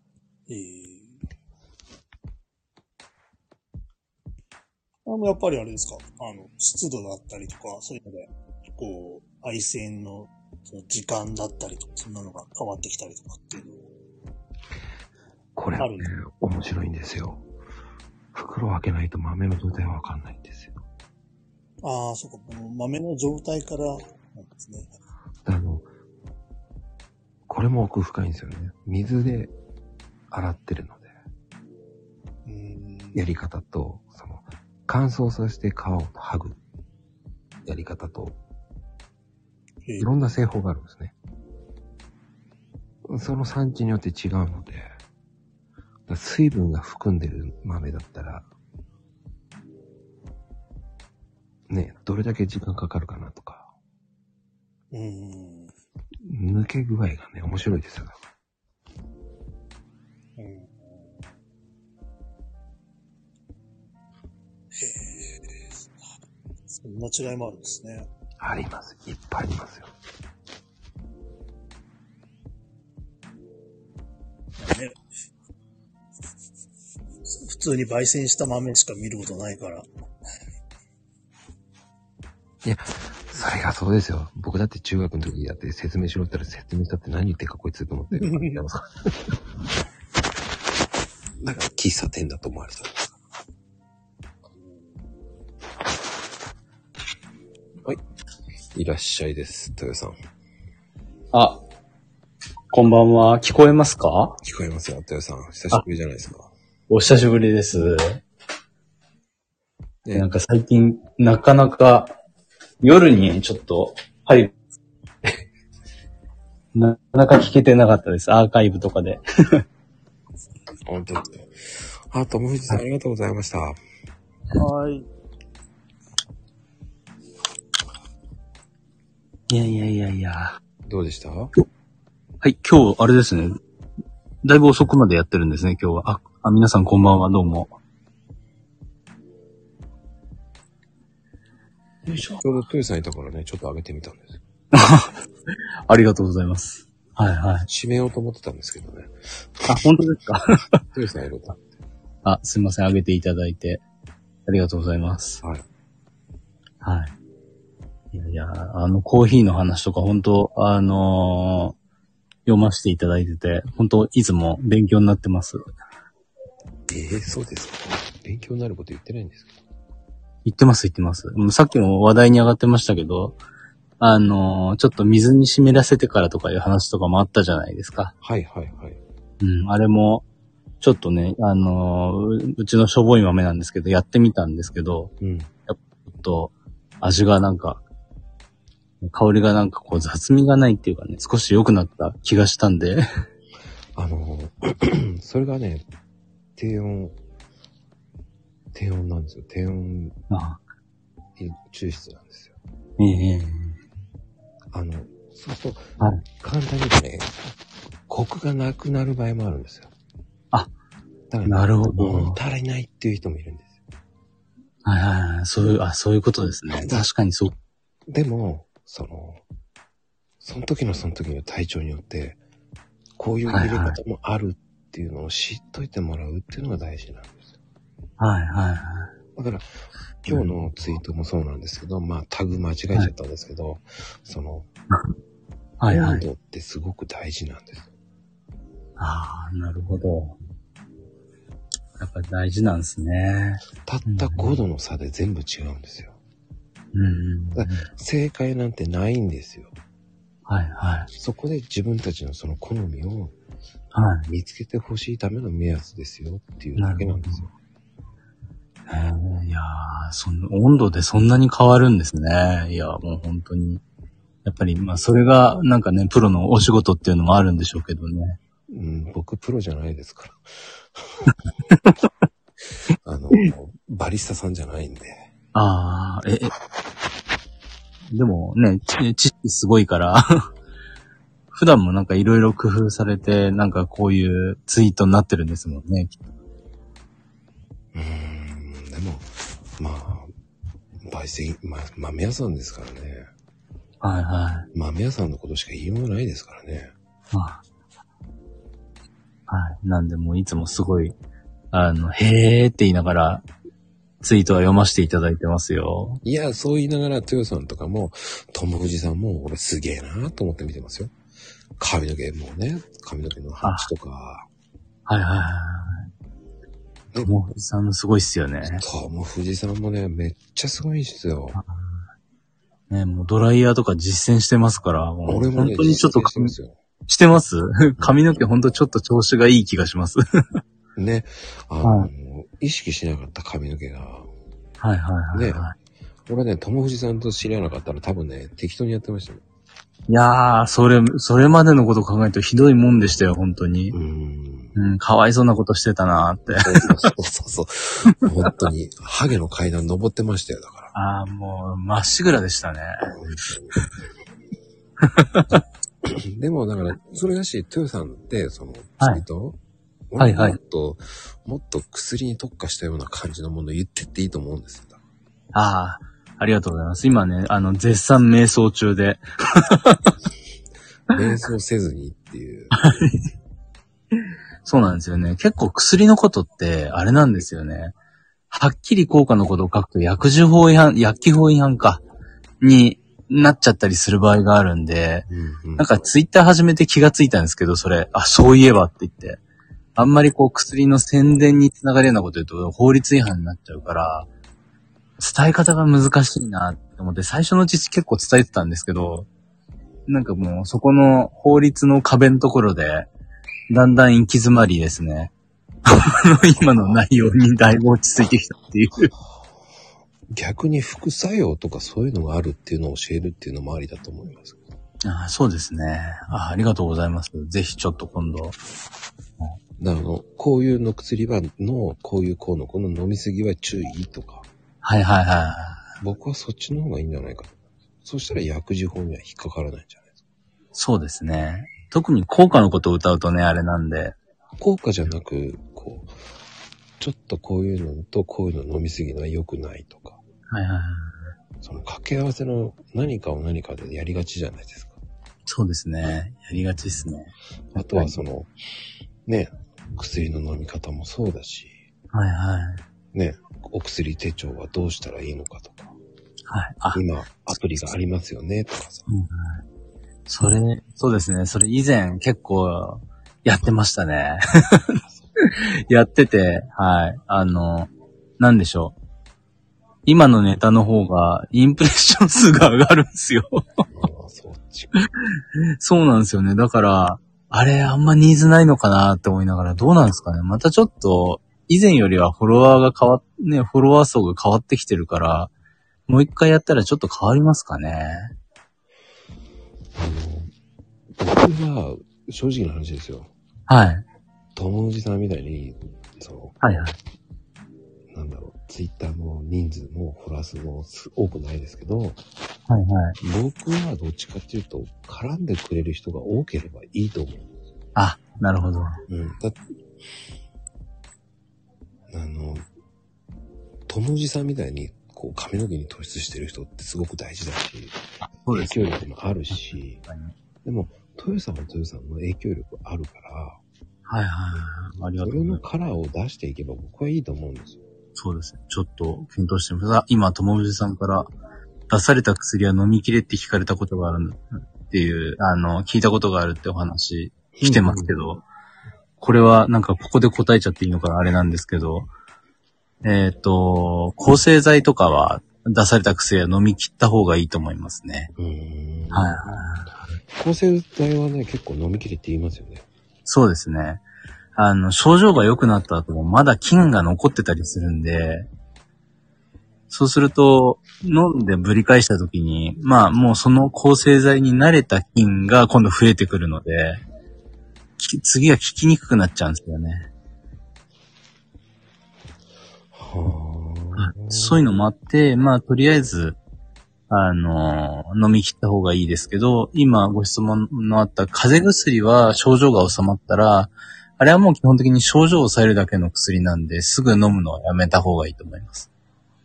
やっぱりあれですか？湿度だったりとか、そういうので、こう、焙煎のその時間だったりとか、そんなのが変わってきたりとかっていうのこれね、面白いんですよ。袋を開けないと豆の状態はわかんないんですよ。 そうか。豆の状態からなんですね。 これも奥深いんですよね。水で洗ってるので。やり方と、乾燥させて皮を剥ぐやり方と、いろんな製法があるんですね。その産地によって違うので、水分が含んでる豆だったら、 ね、どれだけ時間かかるかなとか。抜け具合がね、面白いですよ。 へえ。そんな違いもあるんですね。 あります。いっぱいありますよ。 ね、普通に焙煎した豆しか見ることないから。 いや、それがそうですよ。僕だって中学の時やって説明しろって言ったら説明したって何言ってるかこいつと思って。だから喫茶店だと思われたんです。はい。いらっしゃいです、豊さん。 あ、こんばんは。聞こえますか？ 聞こえますよ、豊さん。久しぶりじゃないですか。 お久しぶりです。ね、なんか最近、なかなか、夜にちょっと、なかなか聞けてなかったです。アーカイブとかで。 本当に。あ、ともふじさん、ありがとうございました。はい。 いや。 どうでした？ はい、今日、あれですね。だいぶ遅くまでやってるんですね、今日は。皆さんこんばんは、どうも。 よいしょ。ちょうど豊さんいたからね、ちょっと上げてみたんです。 ありがとうございます。はいはい。 締めようと思ってたんですけどね。 あ、本当ですか？ 豊さんいるか。 あ、すいません、上げていただいて。ありがとうございます。 はい。 はい。いや、コーヒーの話とか本当、読ませていただいてて、本当、いつも勉強になってます。 そうですか。勉強になること言ってないんですか？ 言ってます。さっきも話題に上がってましたけど、ちょっと水に湿らせてからとかいう話とかもあったじゃないですか。 はいはいはい。 あれも、ちょっとね、うちのしょぼい豆なんですけど、やってみたんですけど、やっと、味がなんか、香りがなんかこう雑味がないっていうかね、少し良くなった気がしたんで。 それがね、低温なんですよ。低温抽出なんですよ。そうすると、簡単に言うとね、コクがなくなる場合もあるんですよ。 あ、 だから、 なるほど。 足りないっていう人もいるんですよ。 はい。そういうことですね。確かにそう。 でも、その時の体調によって、こういう入れ方もあるっていうのを知っといてもらうっていうのが大事なんですよ。だから、今日のツイートもそうなんですけど、タグ間違えちゃったんですけど、温度ってすごく大事なんです。 なるほど。やっぱり大事なんですね。 たった5度の差で全部違うんですよ。正解なんてないんですよ。そこで自分たちのその好みを見つけてほしいための目安ですよっていうだけなんですよ。 いやー、その温度でそんなに変わるんですね。いや、もう本当に。やっぱり、それがなんかね、プロのお仕事っていうのもあるんでしょうけどね。 僕プロじゃないですから。バリスタさんじゃないんで。 でもね、知識すごいから、普段もなんかいろいろ工夫されて、なんかこういうツイートになってるんですもんね。 でも、焙煎、豆屋さんですからね。豆屋さんのことしか言いようがないですからね。 なんでもういつもすごい、へーって言いながら、ツイートは読ませていただいてますよ。 いや、そう言いながら、豊さんとかも、友藤さんも、俺すげえなと思って見てますよ。髪の毛もね、髪の毛のハッチとか。 友藤さんもすごいっすよね。 友藤さんもね、めっちゃすごいんですよ。 ね、もうドライヤーとか実践してますから、 俺もね、 本当にちょっとしてます髪の毛ほんとちょっと調子がいい気がします。 ね、意識しなかった髪の毛が。ね、俺ね、友藤さんと知り合わなかったら多分ね、適当にやってましたよ。 いやー、それまでのことを考えるとひどいもんでしたよ、本当に。かわいそうなことしてたなーって。 そう。本当に、ハゲの階段登ってましたよ、だかああ、もう、まっしぐらでしたね。 でも、だから、それだし、トヨさんって、その、薬と、 はいはい。 もっと薬に特化したような感じのものを言ってっていいと思うんですよ。 ああ、ありがとうございます。今ね、絶賛瞑想中で。 瞑想せずにっていう。 そうなんですよね。結構薬のことって、あれなんですよね。はっきり効果のことを書くと薬機法違反か、になっちゃったりする場合があるんで、なんかツイッター始めて気がついたんですけど、それ、そういえばって言って。あんまりこう薬の宣伝につながるようなこと言うと法律違反になっちゃうから、伝え方が難しいなって思って、最初のうち結構伝えてたんですけど、なんかもうそこの法律の壁のところで、だんだん行き詰まりですね。今の内容にだいぶ落ち着いてきたっていう。 逆に副作用とかそういうのがあるっていうのを教えるっていうのもありだと思います。 そうですね。ありがとうございます。ぜひちょっと今度。 こういうの薬はこういうこの飲みすぎは注意とか。 はいはいはい。 僕はそっちの方がいいんじゃないかな。そしたら薬事法には引っかからないんじゃないですか。 そうですね。特に効果のことを歌うとね、あれなんで。 効果じゃなく、ちょっとこういうのとこういうの飲みすぎのは良くないとか。 はいはいはい。 その掛け合わせの何かを何かでやりがちじゃないですか。 そうですね。やりがちですね。 あとは薬の飲み方もそうだし。 はいはい。 お薬手帳はどうしたらいいのかとか。 はい。 今、アプリがありますよね、とかさ。 そうですね。それ以前結構やってましたね。やってて、はい。なんでしょう。今のネタの方がインプレッション数が上がるんですよ。そうなんですよね。だから、あれあんまニーズないのかなって思いながら、どうなんですかね。またちょっと、以前よりはフォロワー層が変わってきてるから、もう一回やったらちょっと変わりますかね。 僕は、正直な話ですよ。 はい。 友おじさんみたいに、 はいはい。 ツイッターの人数もフォロワー数も多くないですけど、 はいはい。 僕はどっちかっていうと、絡んでくれる人が多ければいいと思う。 なるほど。 友おじさんみたいに、髪の毛に突出してる人ってすごく大事だし、 そうです。 影響力もあるし、でも、豊さんは豊さんの影響力あるから、 はいはい。ありがとうございます。 それのカラーを出していけば僕はいいと思うんですよ。 そうですね。ちょっと検討してみます。今、友藤さんから出された薬は飲みきれって聞かれたことがあるっていう、聞いたことがあるってお話来てますけど、これはなんかここで答えちゃっていいのかあれなんですけど、抗生剤とかは出された薬は飲み切った方がいいと思いますね。はい。 抗生剤はね、結構飲み切れって言いますよね。 そうですね。症状が良くなった後もまだ菌が残ってたりするんで、そうすると、飲んでぶり返した時に、もうその抗生剤に慣れた菌が今度増えてくるので、次は効きにくくなっちゃうんですよね。そういうのもあって、とりあえず、飲み切った方がいいですけど、今ご質問のあった風邪薬は症状が収まったら、あれはもう基本的に症状を抑えるだけの薬なんで、すぐ飲むのはやめた方がいいと思います。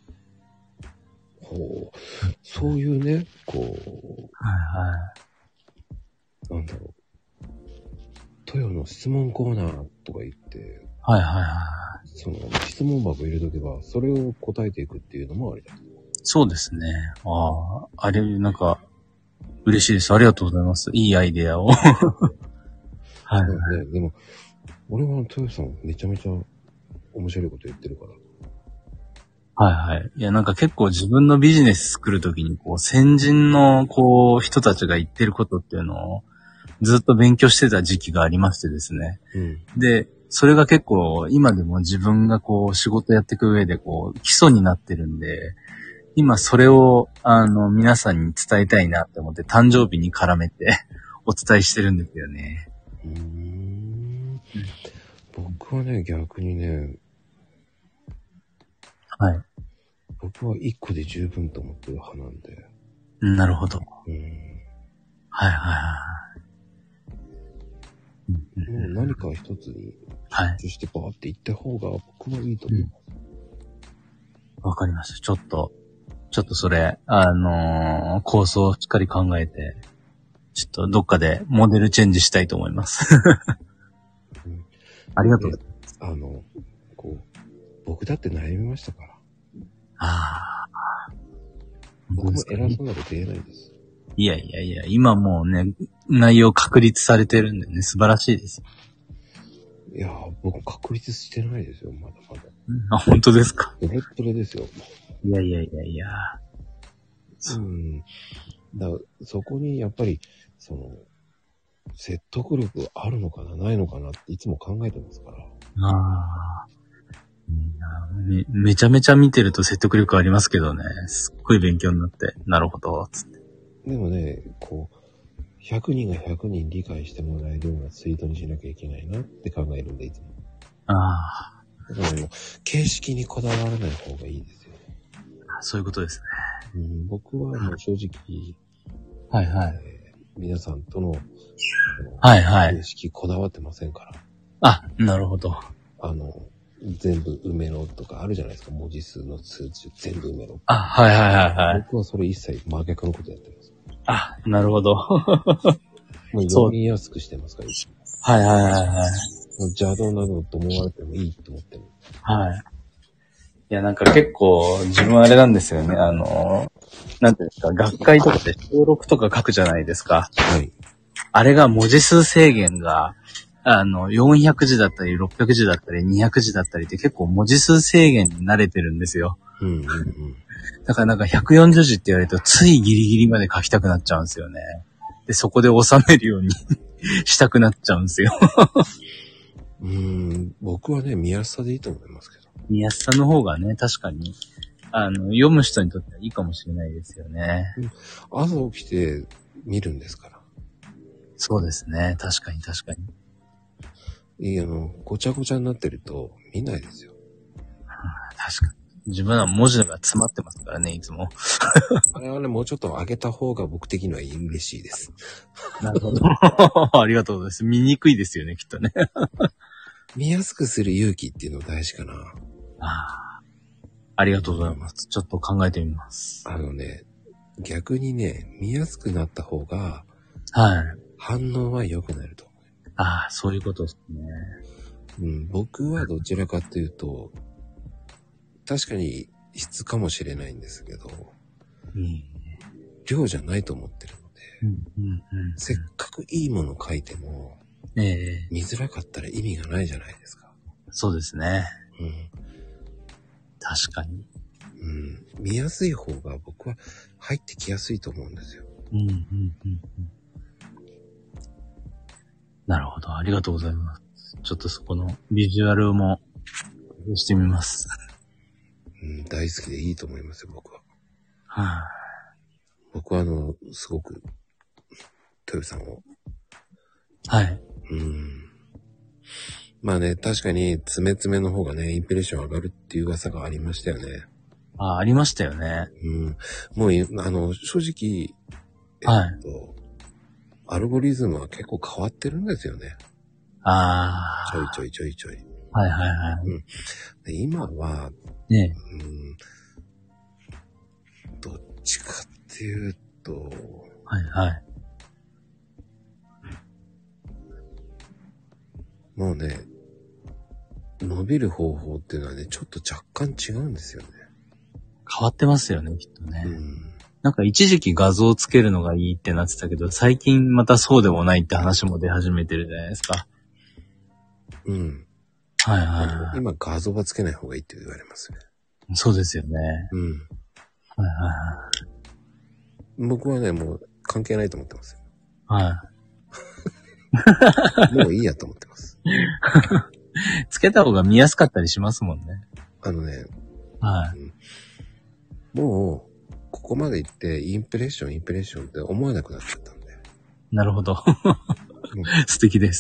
そういうね、豊の質問コーナーとか言って、その質問箱入れとけば、それを答えていくっていうのもありだ。 そうですね。あれ、なんか、嬉しいです。ありがとうございます。いいアイデアを。 でも、俺は豊さんめちゃめちゃ面白いこと言ってるから。 いや、なんか結構自分のビジネス作るときに、先人の、人たちが言ってることっていうのを、ずっと勉強してた時期がありましてですね。で、それが結構、今でも自分が仕事やっていく上で基礎になってるんで、今それを、皆さんに伝えたいなって思って、誕生日に絡めてお伝えしてるんですよね。 僕はね、逆にね、 僕は1個で十分と思ってる派なんで。 なるほど。はいはいはい。 もう何か一つに集中してバーっていった方が僕はいいと思います。 わかりました。ちょっとそれ、構想をしっかり考えて、ちょっとどっかでモデルチェンジしたいと思います。ありがとうございます。 僕だって悩みましたから。僕も偉そうなこと言えないです。 いや、今もうね、内容確立されてるんでね、素晴らしいです。 いや、僕確立してないですよ、まだまだ。 本当ですか？ トレットレですよ。 いや。 そこにやっぱり、説得力あるのかな、ないのかなっていつも考えてますから。 めちゃめちゃ見てると説得力ありますけどね。すっごい勉強になって。なるほど、つって。 でもね、100人が100人理解してもらえるようなツイートにしなきゃいけないなって考えるんで、いつも。だから形式にこだわらない方がいいですよね。 そういうことですね。 僕はもう正直、皆さんとの、形式こだわってませんから。 なるほど。 全部埋めろとかあるじゃないですか。文字数の数値全部埋めろ。僕はそれ一切真逆のことやってます。 なるほど。 もう読みやすくしてますから。邪道などと思われてもいいと思ってる。いや、なんか結構自分あれなんですよね。なんていうんですか、学会とかで登録とか書くじゃないですか。あれが文字数制限が、400字だったり、600字だったり、200字だったりって結構文字数制限に慣れてるんですよ。だからなんか140字って言われるとついギリギリまで書きたくなっちゃうんですよね。で、そこで収めるようにしたくなっちゃうんですよ。 僕はね、見やすさでいいと思いますけど。 見やすさの方がね、確かに、読む人にとってはいいかもしれないですよね。 朝起きて見るんですから。 そうですね。確かに。 ごちゃごちゃになってると見ないですよ。 確かに。自分は文字が詰まってますからね、いつも。 あれはね、もうちょっと上げた方が僕的には嬉しいです。 なるほど。ありがとうございます。見にくいですよね、きっとね。 見やすくする勇気っていうの大事かな。 ありがとうございます。ちょっと考えてみます。 逆にね、見やすくなった方が、反応は良くなると思う。 そういうことですね。僕はどちらかというと、確かに質かもしれないんですけど、量じゃないと思ってるので、せっかくいいもの書いても、見づらかったら意味がないじゃないですか。 そうですね。確かに。 見やすい方が僕は入ってきやすいと思うんですよ。 なるほど。ありがとうございます。ちょっとそこのビジュアルもしてみます。 大好きでいいと思いますよ、僕は。僕はすごく、豊さんを。まあね、確かに、詰めの方がね、インプレッション上がるっていう噂がありましたよね。 ありましたよね。 もう、正直、アルゴリズムは結構変わってるんですよね。ちょい。で今は、どっちかっていうと、もうね、伸びる方法っていうのはね、ちょっと若干違うんですよね。 変わってますよね、きっとね。なんか一時期画像をつけるのがいいってなってたけど、最近またそうでもないって話も出始めてるじゃないですか。 今画像はつけない方がいいって言われますね。 そうですよね。 僕はね、もう関係ないと思ってますよ。もういいやと思ってます。 つけた方が見やすかったりしますもんね。 もう、ここまで行って、インプレッションって思わなくなっちゃったんで。 なるほど。素敵です。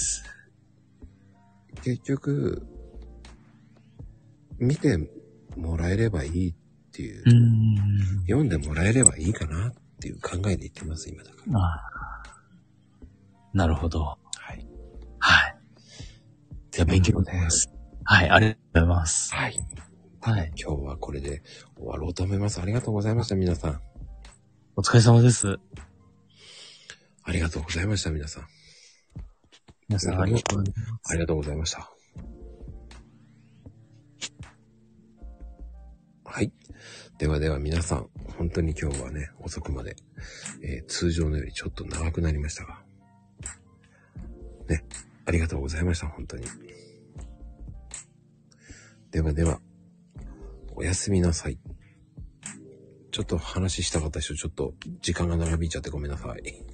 結局、見てもらえればいいっっていう。読んでもらえればいいかなっていう考えで言ってます、今だから。 なるほど。 はい。 はい。じゃあ勉強です。はい、ありがとうございます。 はい。はい。今日はこれで終わろうと思います。ありがとうございました、皆さん。 お疲れ様です。 ありがとうございました、皆さん。 皆さんありがとうございます。 ありがとうございました。はい。ではでは皆さん、本当に今日はね、遅くまで、通常のよりちょっと長くなりましたが、ね、ありがとうございました、本当に。ではでは、おやすみなさい。ちょっと話したかった人、ちょっと時間が長引いちゃってごめんなさい。